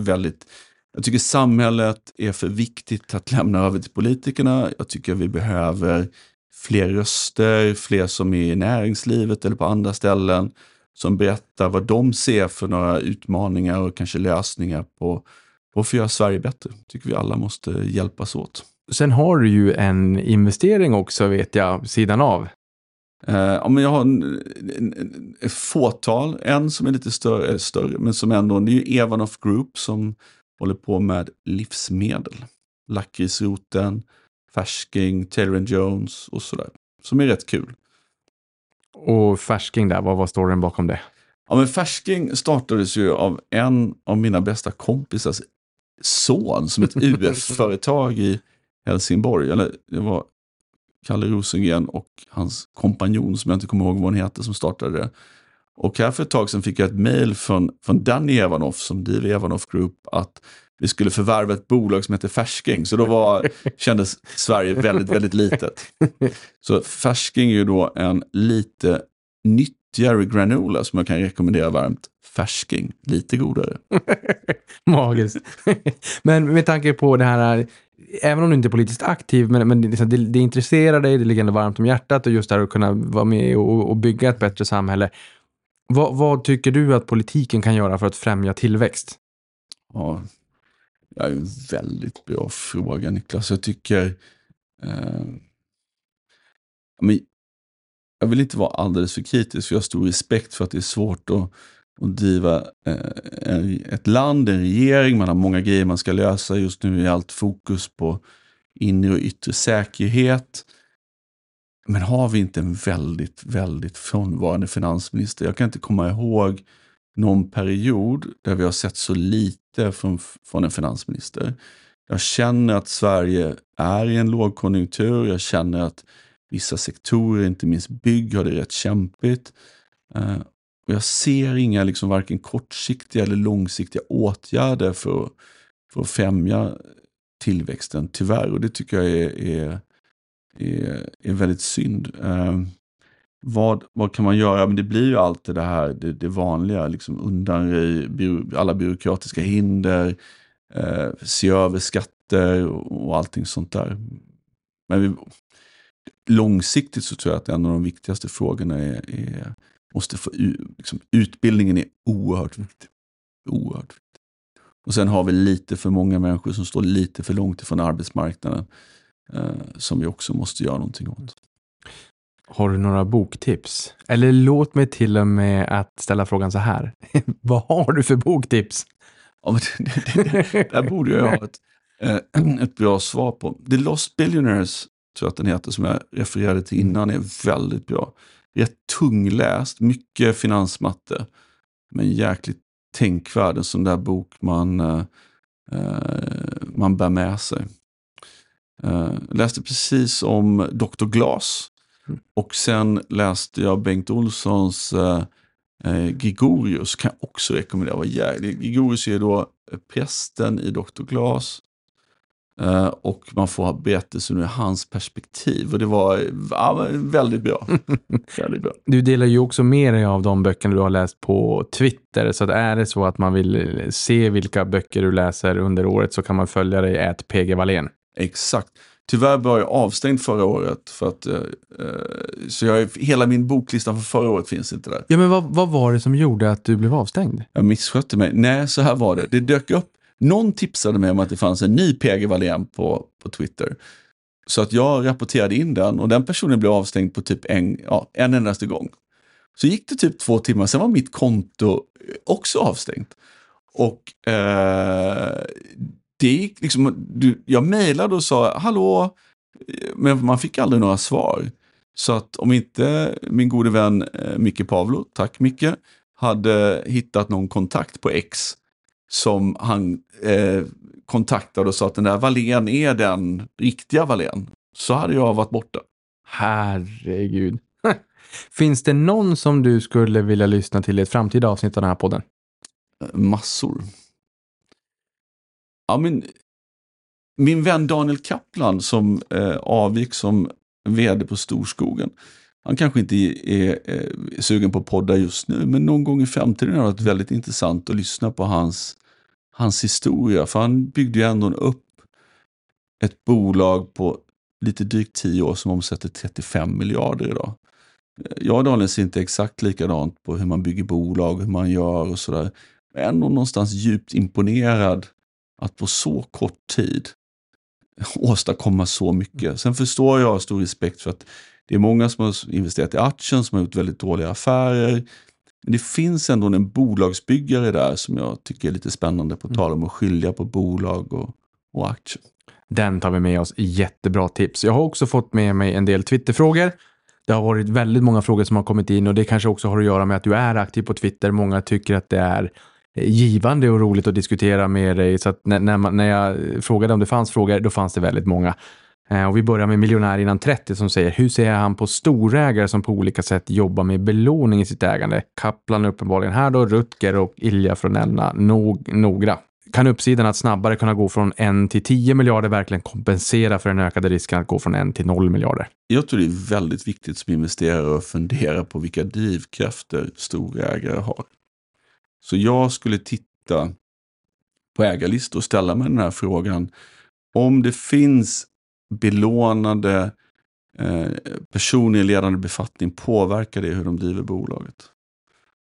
S2: Jag tycker samhället är för viktigt att lämna över till politikerna. Jag tycker vi behöver fler röster, fler som är i näringslivet eller på andra ställen, som berättar vad de ser för några utmaningar och kanske lösningar på att göra Sverige bättre. Tycker vi alla måste hjälpas åt.
S1: Sen har du ju en investering också, vet jag, sidan av.
S2: Men jag har ett fåtal. En som är lite större, men som ändå, det är ju Evanoff Group som håller på med livsmedel. Lakritsroten, Färsking, Taylor & Jones och sådär. Som är rätt kul.
S1: Och Färsking där, vad står den bakom det?
S2: Ja, men Färsking startades ju av en av mina bästa kompisars son som ett UF-företag i Helsingborg. Eller det var Kalle Rosengren och hans kompanjon som jag inte kommer ihåg vad hon heter som startade det. Och här för ett tag sedan fick jag ett mejl från Danny Evanoff som driver Evanoff Group att vi skulle förvärva ett bolag som heter Färsking. Så då kändes Sverige väldigt, väldigt litet. Så Färsking är ju då en lite nyttigare granola som jag kan rekommendera varmt. Färsking, lite godare.
S1: Magiskt. Men med tanke på det här, även om du inte är politiskt aktiv, men det intresserar dig, det ligger ändå varmt om hjärtat och just där att kunna vara med och bygga ett bättre samhälle. Vad tycker du att politiken kan göra för att främja tillväxt?
S2: Ja, det är en väldigt bra fråga, Niklas. Jag tycker... men jag vill inte vara alldeles för kritisk, för jag har stor respekt för att det är svårt att driva ett land, en regering. Man har många grejer man ska lösa. Just nu är allt fokus på inre och yttre säkerhet. Men har vi inte en väldigt, väldigt frånvarande finansminister? Jag kan inte komma ihåg någon period där vi har sett så lite från en finansminister. Jag känner att Sverige är i en lågkonjunktur. Jag känner att vissa sektorer, inte minst bygg, har det rätt kämpigt. Och jag ser inga liksom varken kortsiktiga eller långsiktiga åtgärder för att främja tillväxten, tyvärr. Och det tycker jag är väldigt synd. Vad kan man göra? Men det blir ju alltid det här, det vanliga, liksom undanröj alla byråkratiska hinder, se över skatter och allting sånt där. Men långsiktigt så tror jag att en av de viktigaste frågorna måste få liksom, utbildningen är oerhört viktig. Oerhört viktig. Och sen har vi lite för många människor som står lite för långt ifrån arbetsmarknaden som vi också måste göra någonting åt.
S1: Har du några boktips? Eller låt mig till och med att ställa frågan så här. Vad har du för boktips?
S2: Ja, men där borde jag ha ett bra svar på. The Lost Billionaires, tror jag att den heter, som jag refererade till innan, är väldigt bra. Rätt tungläst, mycket finansmatte, men jäkligt tänkvärd. En sån där bok man bär med sig. Läste precis om Dr. Glas. Och sen läste jag Bengt Olssons Gregorius, kan jag också rekommendera. Gregorius är då prästen i Dr. Glas. Och man får ha berättelsen ur hans perspektiv. Och det var väldigt bra. Väldigt bra.
S1: Du delar ju också med dig av de böckerna du har läst på Twitter. Så att är det så att man vill se vilka böcker du läser under året, så kan man följa dig @PG Wallén.
S2: Exakt. Tyvärr var jag avstängd förra året. För att, så hela min boklista för förra året finns inte där.
S1: Ja, men vad var det som gjorde att du blev avstängd?
S2: Jag misskötte mig. Nej, så här var det. Det dök upp. Någon tipsade mig om att det fanns en ny PG Wallén på Twitter. Så att jag rapporterade in den, och den personen blev avstängd på typ en endaste gång. Så gick det typ 2 timmar, sen var mitt konto också avstängt. Och det gick liksom, jag mejlade och sa hallå, men man fick aldrig några svar. Så att om inte min gode vän Micke Pavlo, tack Micke, hade hittat någon kontakt på X som han kontaktade och sa att den där Wallén är den riktiga Wallén, så hade jag varit borta.
S1: Herregud. Finns det någon som du skulle vilja lyssna till i ett framtida avsnitt av den här podden?
S2: Massor. Ja, men min vän Daniel Kaplan som avgick som vd på Storskogen. Han kanske inte är sugen på poddar just nu, men någon gång i framtiden har det varit väldigt intressant att lyssna på hans historia. För han byggde ju ändå upp ett bolag på lite drygt 10 år som omsätter 35 miljarder idag. Jag och Daniel ser inte exakt likadant på hur man bygger bolag, hur man gör och sådär. Men ändå någonstans djupt imponerad att på så kort tid åstadkomma så mycket. Sen förstår jag stor respekt för att det är många som har investerat i aktien som har gjort väldigt dåliga affärer. Men det finns ändå en bolagsbyggare där som jag tycker är lite spännande på tal om att skilja på bolag och aktier.
S1: Den tar vi med oss. Jättebra tips. Jag har också fått med mig en del Twitterfrågor. Det har varit väldigt många frågor som har kommit in, och det kanske också har att göra med att du är aktiv på Twitter. Många tycker att det är givande och roligt att diskutera med dig. Så att när jag frågade om det fanns frågor, då fanns det väldigt många. Och vi börjar med miljonär innan 30 som säger: hur ser han på storägare som på olika sätt jobbar med belåning i sitt ägande? Kaplan uppenbarligen här då, Rutger och Ilja från nämna några. Kan uppsidan att snabbare kunna gå från 1 till 10 miljarder verkligen kompensera för den ökade risken att gå från 1 till 0 miljarder?
S2: Jag tror det är väldigt viktigt som investerare att fundera på vilka drivkrafter storägare har. Så jag skulle titta på ägarlistor och ställa mig den här frågan. Om det finns belånade personer i ledande befattning, påverkar det hur de driver bolaget?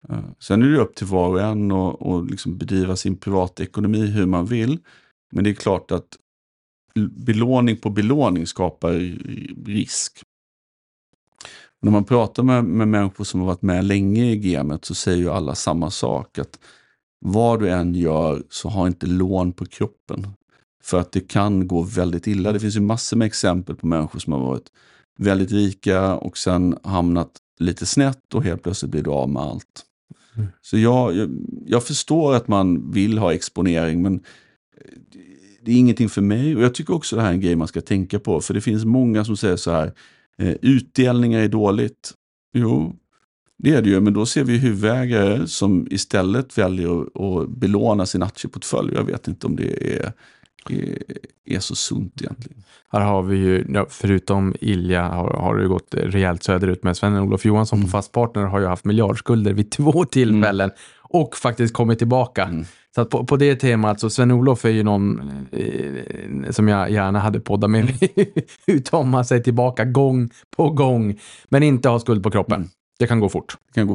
S2: Sen är det upp till var och en och liksom bedriva sin privatekonomi hur man vill. Men det är klart att belåning på belåning skapar risk. När man pratar med människor som har varit med länge i gamet så säger ju alla samma sak. Att vad du än gör så har inte lån på kroppen. För att det kan gå väldigt illa. Det finns ju massor med exempel på människor som har varit väldigt rika och sen hamnat lite snett och helt plötsligt blir du av med allt. Så jag förstår att man vill ha exponering, men det är ingenting för mig. Och jag tycker också det här är en grej man ska tänka på. För det finns många som säger så här, utdelningar är dåligt. Jo, det är det ju. Men då ser vi huvudägare som istället väljer att belåna sin aktieportfölj. Jag vet inte om det är så sunt egentligen.
S1: Här har vi ju, förutom Ilja har det gått rejält söderut med Sven-Olof Johansson på Fastpartner har ju haft miljardskulder vid 2 tillfällen och faktiskt kommit tillbaka. Så att på det temat så Sven-Olof är ju någon som jag gärna hade poddat med utomma sig tillbaka gång på gång men inte ha skuld på kroppen. Det kan gå fort.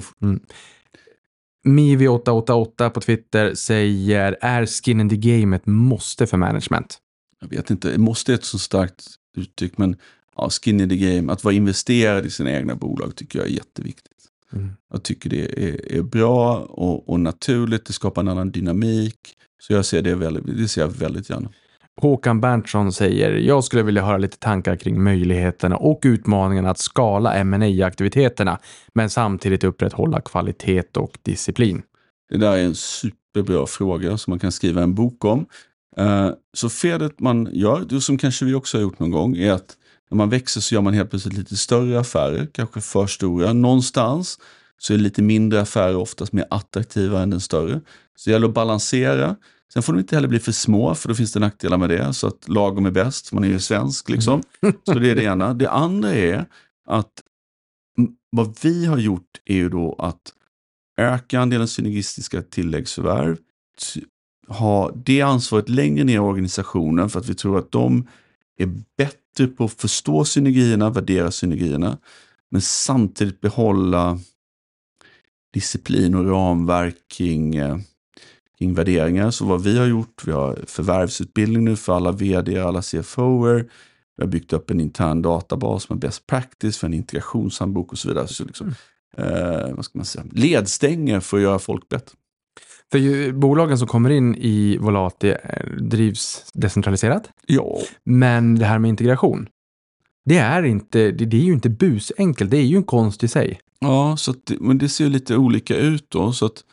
S1: Mivi888 på Twitter säger, är skin in the game ett måste för management?
S2: Jag vet inte, måste är ett så starkt uttryck, men ja, skin in the game, att vara investerad i sina egna bolag tycker jag är jätteviktigt. Jag tycker det är bra och naturligt, det skapar en annan dynamik, så jag ser det ser jag väldigt gärna.
S1: Håkan Berntsson säger, jag skulle vilja höra lite tankar kring möjligheterna och utmaningarna att skala M&A-aktiviteterna men samtidigt upprätthålla kvalitet och disciplin.
S2: Det där är en superbra fråga som man kan skriva en bok om. Så felet man gör, det som kanske vi också har gjort någon gång, är att när man växer så gör man helt plötsligt lite större affärer, kanske för stora. Någonstans så är lite mindre affärer oftast mer attraktiva än den större. Så det gäller att balansera. Sen får de inte heller bli för små, för då finns det nackdelar med det. Så att lagom är bäst, man är ju svensk liksom. Så det är det ena. Det andra är att vad vi har gjort är ju då att öka andelen synergistiska tilläggsförvärv. Ha det ansvaret längre ner i organisationen för att vi tror att de är bättre på att förstå synergierna, värdera synergierna. Men samtidigt behålla disciplin och ramverk kring värderingar. Så vad vi har gjort, vi har förvärvsutbildning nu för alla vd, alla CFO:er. Vi har byggt upp en intern databas med best practice för en integrationshandbok och så vidare. Så liksom, vad ska man säga, ledstänger för att göra folk bättre.
S1: För ju, bolagen som kommer in i Volati drivs decentraliserat.
S2: Ja.
S1: Men det här med integration, det är ju inte busenkelt, det är ju en konst i sig.
S2: Ja, så att men det ser ju lite olika ut då. Så att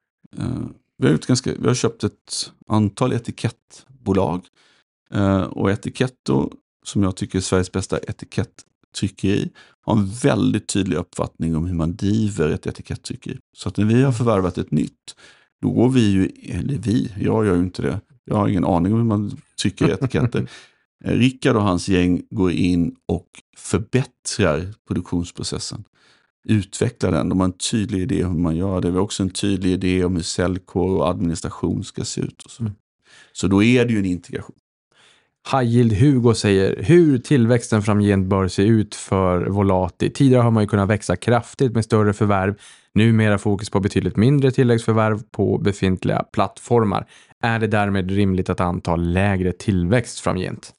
S2: vi har köpt ett antal etikettbolag. Och Etiketto, som jag tycker är Sveriges bästa etiketttryckeri, har en väldigt tydlig uppfattning om hur man driver ett etiketttryckeri. Så att när vi har förvärvat ett nytt, då går vi ju, jag gör ju inte det. Jag har ingen aning om hur man trycker etiketter. Rickard och hans gäng går in och förbättrar produktionsprocessen. Utvecklar den. De har en tydlig idé om hur man gör det. Vi har också en tydlig idé om hur säljkår och administration ska se ut. Och så. Så då är det ju en integration.
S1: Hajild Hugo säger, hur tillväxten framgent bör se ut för Volati. Tidigare har man ju kunnat växa kraftigt med större förvärv. Numera fokus på betydligt mindre tilläggsförvärv på befintliga plattformar. Är det därmed rimligt att anta lägre tillväxt framgent?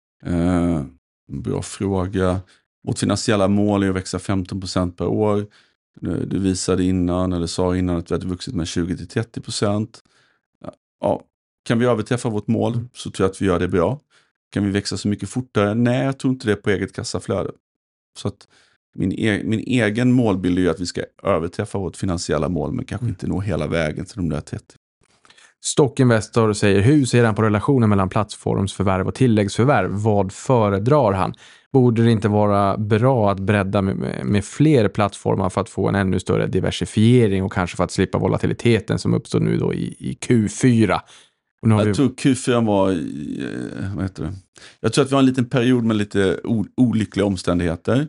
S2: Bra fråga. Vårt finansiella mål är att växa 15% per år. Du visade innan, eller sa innan, att vi hade vuxit med 20-30%. Ja, kan vi överträffa vårt mål så tror jag att vi gör det bra. Kan vi växa så mycket fortare? Nej, jag tror inte det på eget kassaflöde. Så att min egen målbild är ju att vi ska överträffa vårt finansiella mål, men kanske inte nå hela vägen till de där 30.
S1: Stockinvestor säger, hur ser han på relationen mellan plattformsförvärv och tilläggsförvärv? Vad föredrar han? Borde det inte vara bra att bredda med fler plattformar för att få en ännu större diversifiering och kanske för att slippa volatiliteten som uppstår nu då i Q4?
S2: Jag tror Q4 var, vad heter det? Jag tror att vi har en liten period med lite olyckliga omständigheter.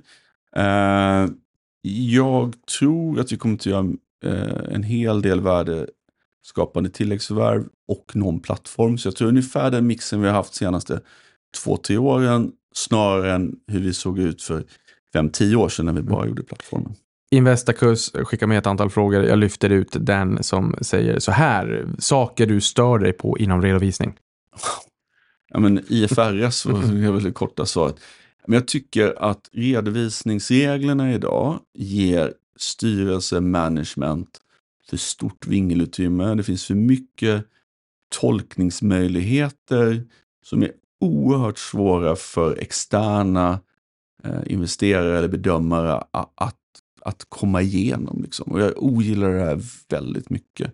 S2: Jag tror att vi kommer att göra en hel del värdeskapande tilläggsförvärv och någon plattform. Så jag tror ungefär den mixen vi har haft senaste 2-3 åren snarare än hur vi såg ut för 5-10 år sedan när vi bara gjorde plattformen.
S1: Investacus skickar med ett antal frågor. Jag lyfter ut den som säger så här. Saker du stör dig på inom redovisning.
S2: Ja, men IFRS var väl det korta svaret. Men jag tycker att redovisningsreglerna idag ger styrelse, management för stort vingelutrymme. Det finns för mycket tolkningsmöjligheter som är oerhört svåra för externa investerare eller bedömare att komma igenom. Liksom. Och jag ogillar det här väldigt mycket.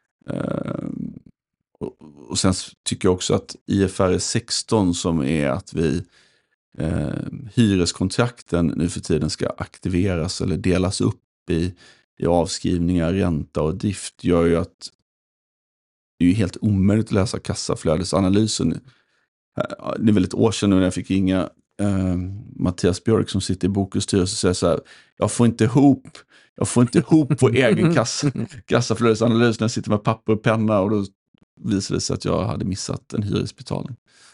S2: Och sen tycker jag också att IFRS 16 som är att vi hyreskontrakten nu för tiden ska aktiveras eller delas upp i avskrivningar, ränta och drift gör ju att det är ju helt omöjligt att läsa kassaflödesanalysen. Det är väl ett år sedan nu när jag fick ringa Mattias Björk som sitter i Bokus styrelse och säger så här: jag får inte ihop på egen kassaflödesanalys när jag sitter med papper och penna, och då visade det sig att jag hade missat en hyresbetalning.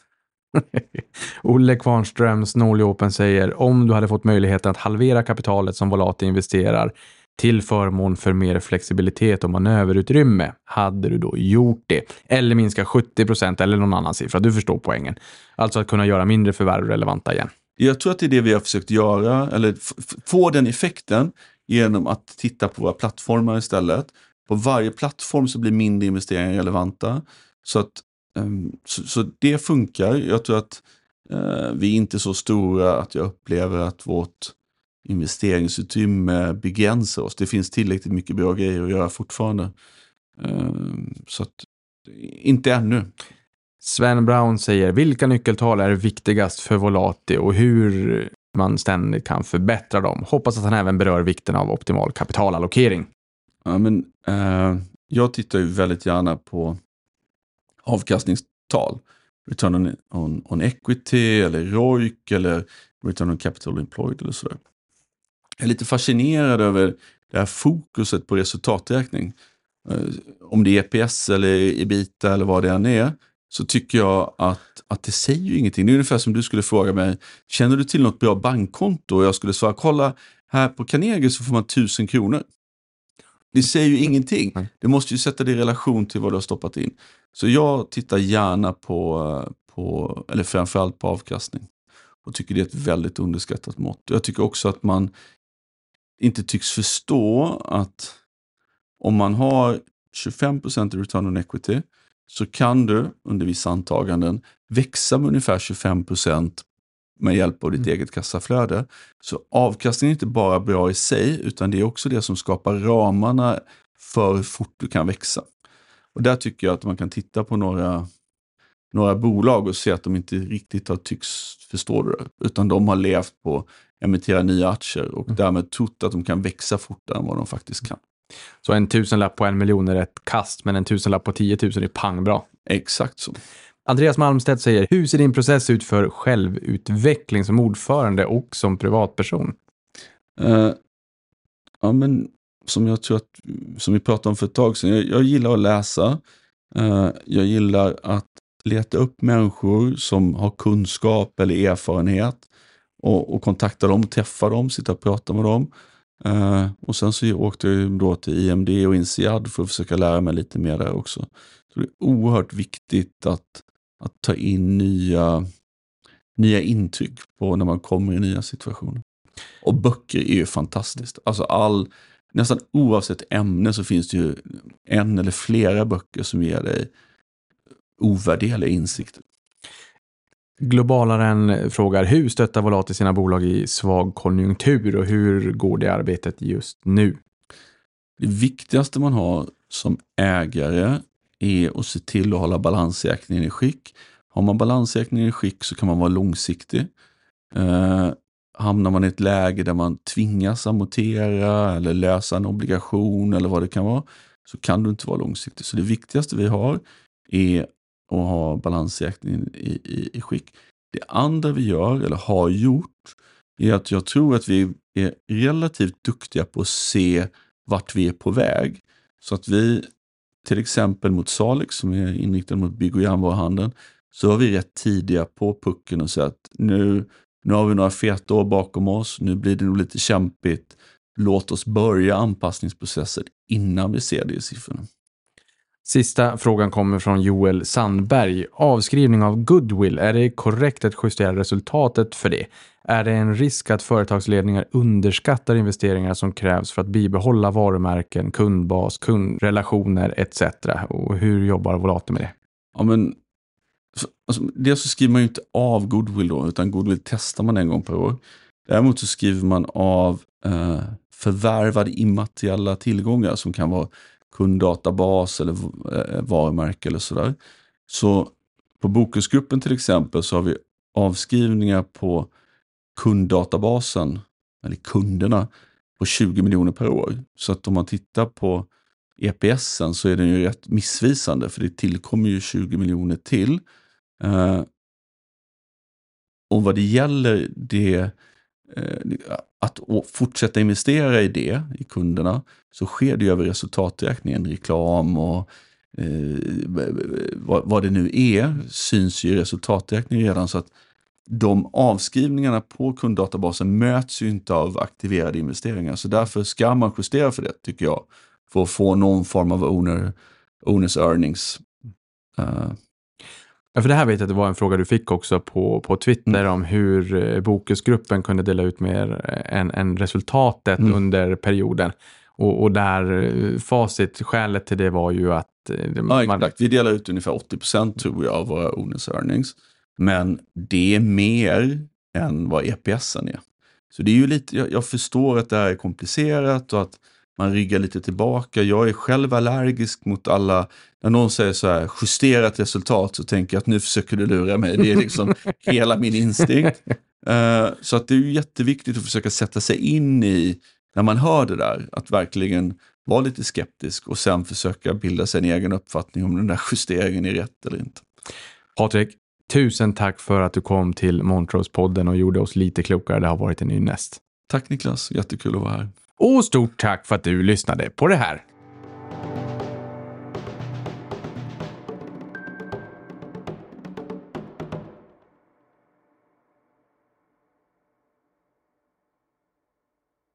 S1: Olle Kvarnström, Snål Open säger: om du hade fått möjligheten att halvera kapitalet som Volati investerar till förmån för mer flexibilitet och manöverutrymme, hade du då gjort det? Eller minska 70% eller någon annan siffra, du förstår poängen. Alltså att kunna göra mindre förvärv relevanta igen.
S2: Jag tror att det är det vi har försökt göra, eller få den effekten genom att titta på våra plattformar istället. På varje plattform så blir mindre investeringar relevanta. Så det funkar. Jag tror att vi är inte så stora att jag upplever att vårt investeringsutrymme begränsar oss. Det finns tillräckligt mycket bra grejer att göra fortfarande. Så att, inte ännu.
S1: Sven Brown säger: vilka nyckeltal är viktigast för Volati och hur man ständigt kan förbättra dem? Hoppas att han även berör vikten av optimal kapitalallokering.
S2: Ja, men jag tittar ju väldigt gärna på avkastningstal. Return on equity eller ROIC eller return on capital employed eller sådär. Jag är lite fascinerad över det här fokuset på resultaträkning. Om det är EPS eller EBITDA eller vad det än är, så tycker jag att det säger ju ingenting. Det är ungefär som du skulle fråga mig: känner du till något bra bankkonto? Och jag skulle svara: kolla här på Carnegie så får man 1000 kronor. Det säger ju ingenting. Det måste ju sätta det i relation till vad du har stoppat in. Så jag tittar gärna på eller framförallt på avkastning. Och tycker det är ett väldigt underskattat mått. Jag tycker också att man inte tycks förstå att om man har 25% i return on equity så kan du under vissa antaganden växa med ungefär 25% med hjälp av ditt eget kassaflöde. Så avkastning är inte bara bra i sig, utan det är också det som skapar ramarna för hur fort du kan växa. Och där tycker jag att man kan titta på några bolag och se att de inte riktigt har tycks förstå det, utan de har levt på att emittera nya aktier och därmed trott att de kan växa fortare än vad de faktiskt kan.
S1: Så en 1000-lapp på 1 miljon är ett kast, men en 1000-lapp på 10 000 är pangbra.
S2: Exakt så.
S1: Andreas Malmstedt säger: hur ser din process ut för självutveckling som ordförande och som privatperson?
S2: Ja, men som jag tror som vi pratade om för ett tag sedan, jag gillar att läsa. Jag gillar att leta upp människor som har kunskap eller erfarenhet och kontakta dem, träffa dem, sitta och prata med dem. Och sen så åkte jag då till IMD och INSEAD för att försöka lära mig lite mer där också. Så det är oerhört viktigt att ta in nya intryck på när man kommer i nya situationer. Och böcker är ju fantastiskt. Alltså nästan oavsett ämne så finns det ju en eller flera böcker som ger dig ovärderliga insikter.
S1: Globalaren frågar: hur stöttar Volati sina bolag i svag konjunktur och hur går det arbetet just nu?
S2: Det viktigaste man har som ägare är att se till att hålla balansräkningen i skick. Har man balansräkningen i skick så kan man vara långsiktig. Hamnar man i ett läge där man tvingas amortera eller lösa en obligation eller vad det kan vara, så kan du inte vara långsiktig. Så det viktigaste vi har är att ha balansräkningen i skick. Det andra vi gör eller har gjort är att jag tror att vi är relativt duktiga på att se vart vi är på väg. Så att vi till exempel mot Salix som är inriktad mot bygg- och järnvaruhandeln, så var vi rätt tidiga på pucken och säga att nu har vi några feta år bakom oss, nu blir det nog lite kämpigt. låt oss börja anpassningsprocessen innan vi ser det i siffrorna.
S1: Sista frågan kommer från Joel Sandberg. Avskrivning av goodwill, är det korrekt att justera resultatet för det? Är det en risk att företagsledningar underskattar investeringar som krävs för att bibehålla varumärken, kundbas, kundrelationer etc. Och hur jobbar Volate med det?
S2: Ja, men alltså, dels så skriver man ju inte av goodwill då, utan goodwill testar man en gång per år. Däremot så skriver man av förvärvade immateriella tillgångar som kan vara kunddatabas eller varumärke eller sådär. Så på Bokusgruppen till exempel så har vi avskrivningar på kunddatabasen eller kunderna på 20 miljoner per år. Så att om man tittar på EPSen så är den ju rätt missvisande, för det tillkommer ju 20 miljoner till. Och vad det gäller det att fortsätta investera i det, i kunderna, så sker det över resultaträkningen, reklam och vad det nu är, syns ju i resultaträkningen redan, så att de avskrivningarna på kunddatabasen möts ju inte av aktiverade investeringar. Så därför ska man justera för det, tycker jag, för att få någon form av owners earnings.
S1: Ja, för det här vet jag att det var en fråga du fick också på Twitter om hur Bokusgruppen kunde dela ut mer än resultatet under perioden. Och där skälet till det var ju att...
S2: Exakt. Vi delar ut ungefär 80% tror jag av våra owners earnings. Men det är mer än vad EPSen är. Så det är ju lite, jag förstår att det här är komplicerat och att man ryggar lite tillbaka. Jag är själv allergisk mot alla, när någon säger så här, justerat resultat, så tänker jag att nu försöker du lura mig. Det är liksom hela min instinkt. Så att det är ju jätteviktigt att försöka sätta sig in i, när man hör det där, att verkligen vara lite skeptisk och sen försöka bilda sig en egen uppfattning om den där justeringen är rätt eller inte.
S1: Patrik, tusen tack för att du kom till Montrose-podden och gjorde oss lite klokare. Det har varit en ynnest.
S2: Tack Niklas, jättekul att vara här.
S1: Och stort tack för att du lyssnade på det här.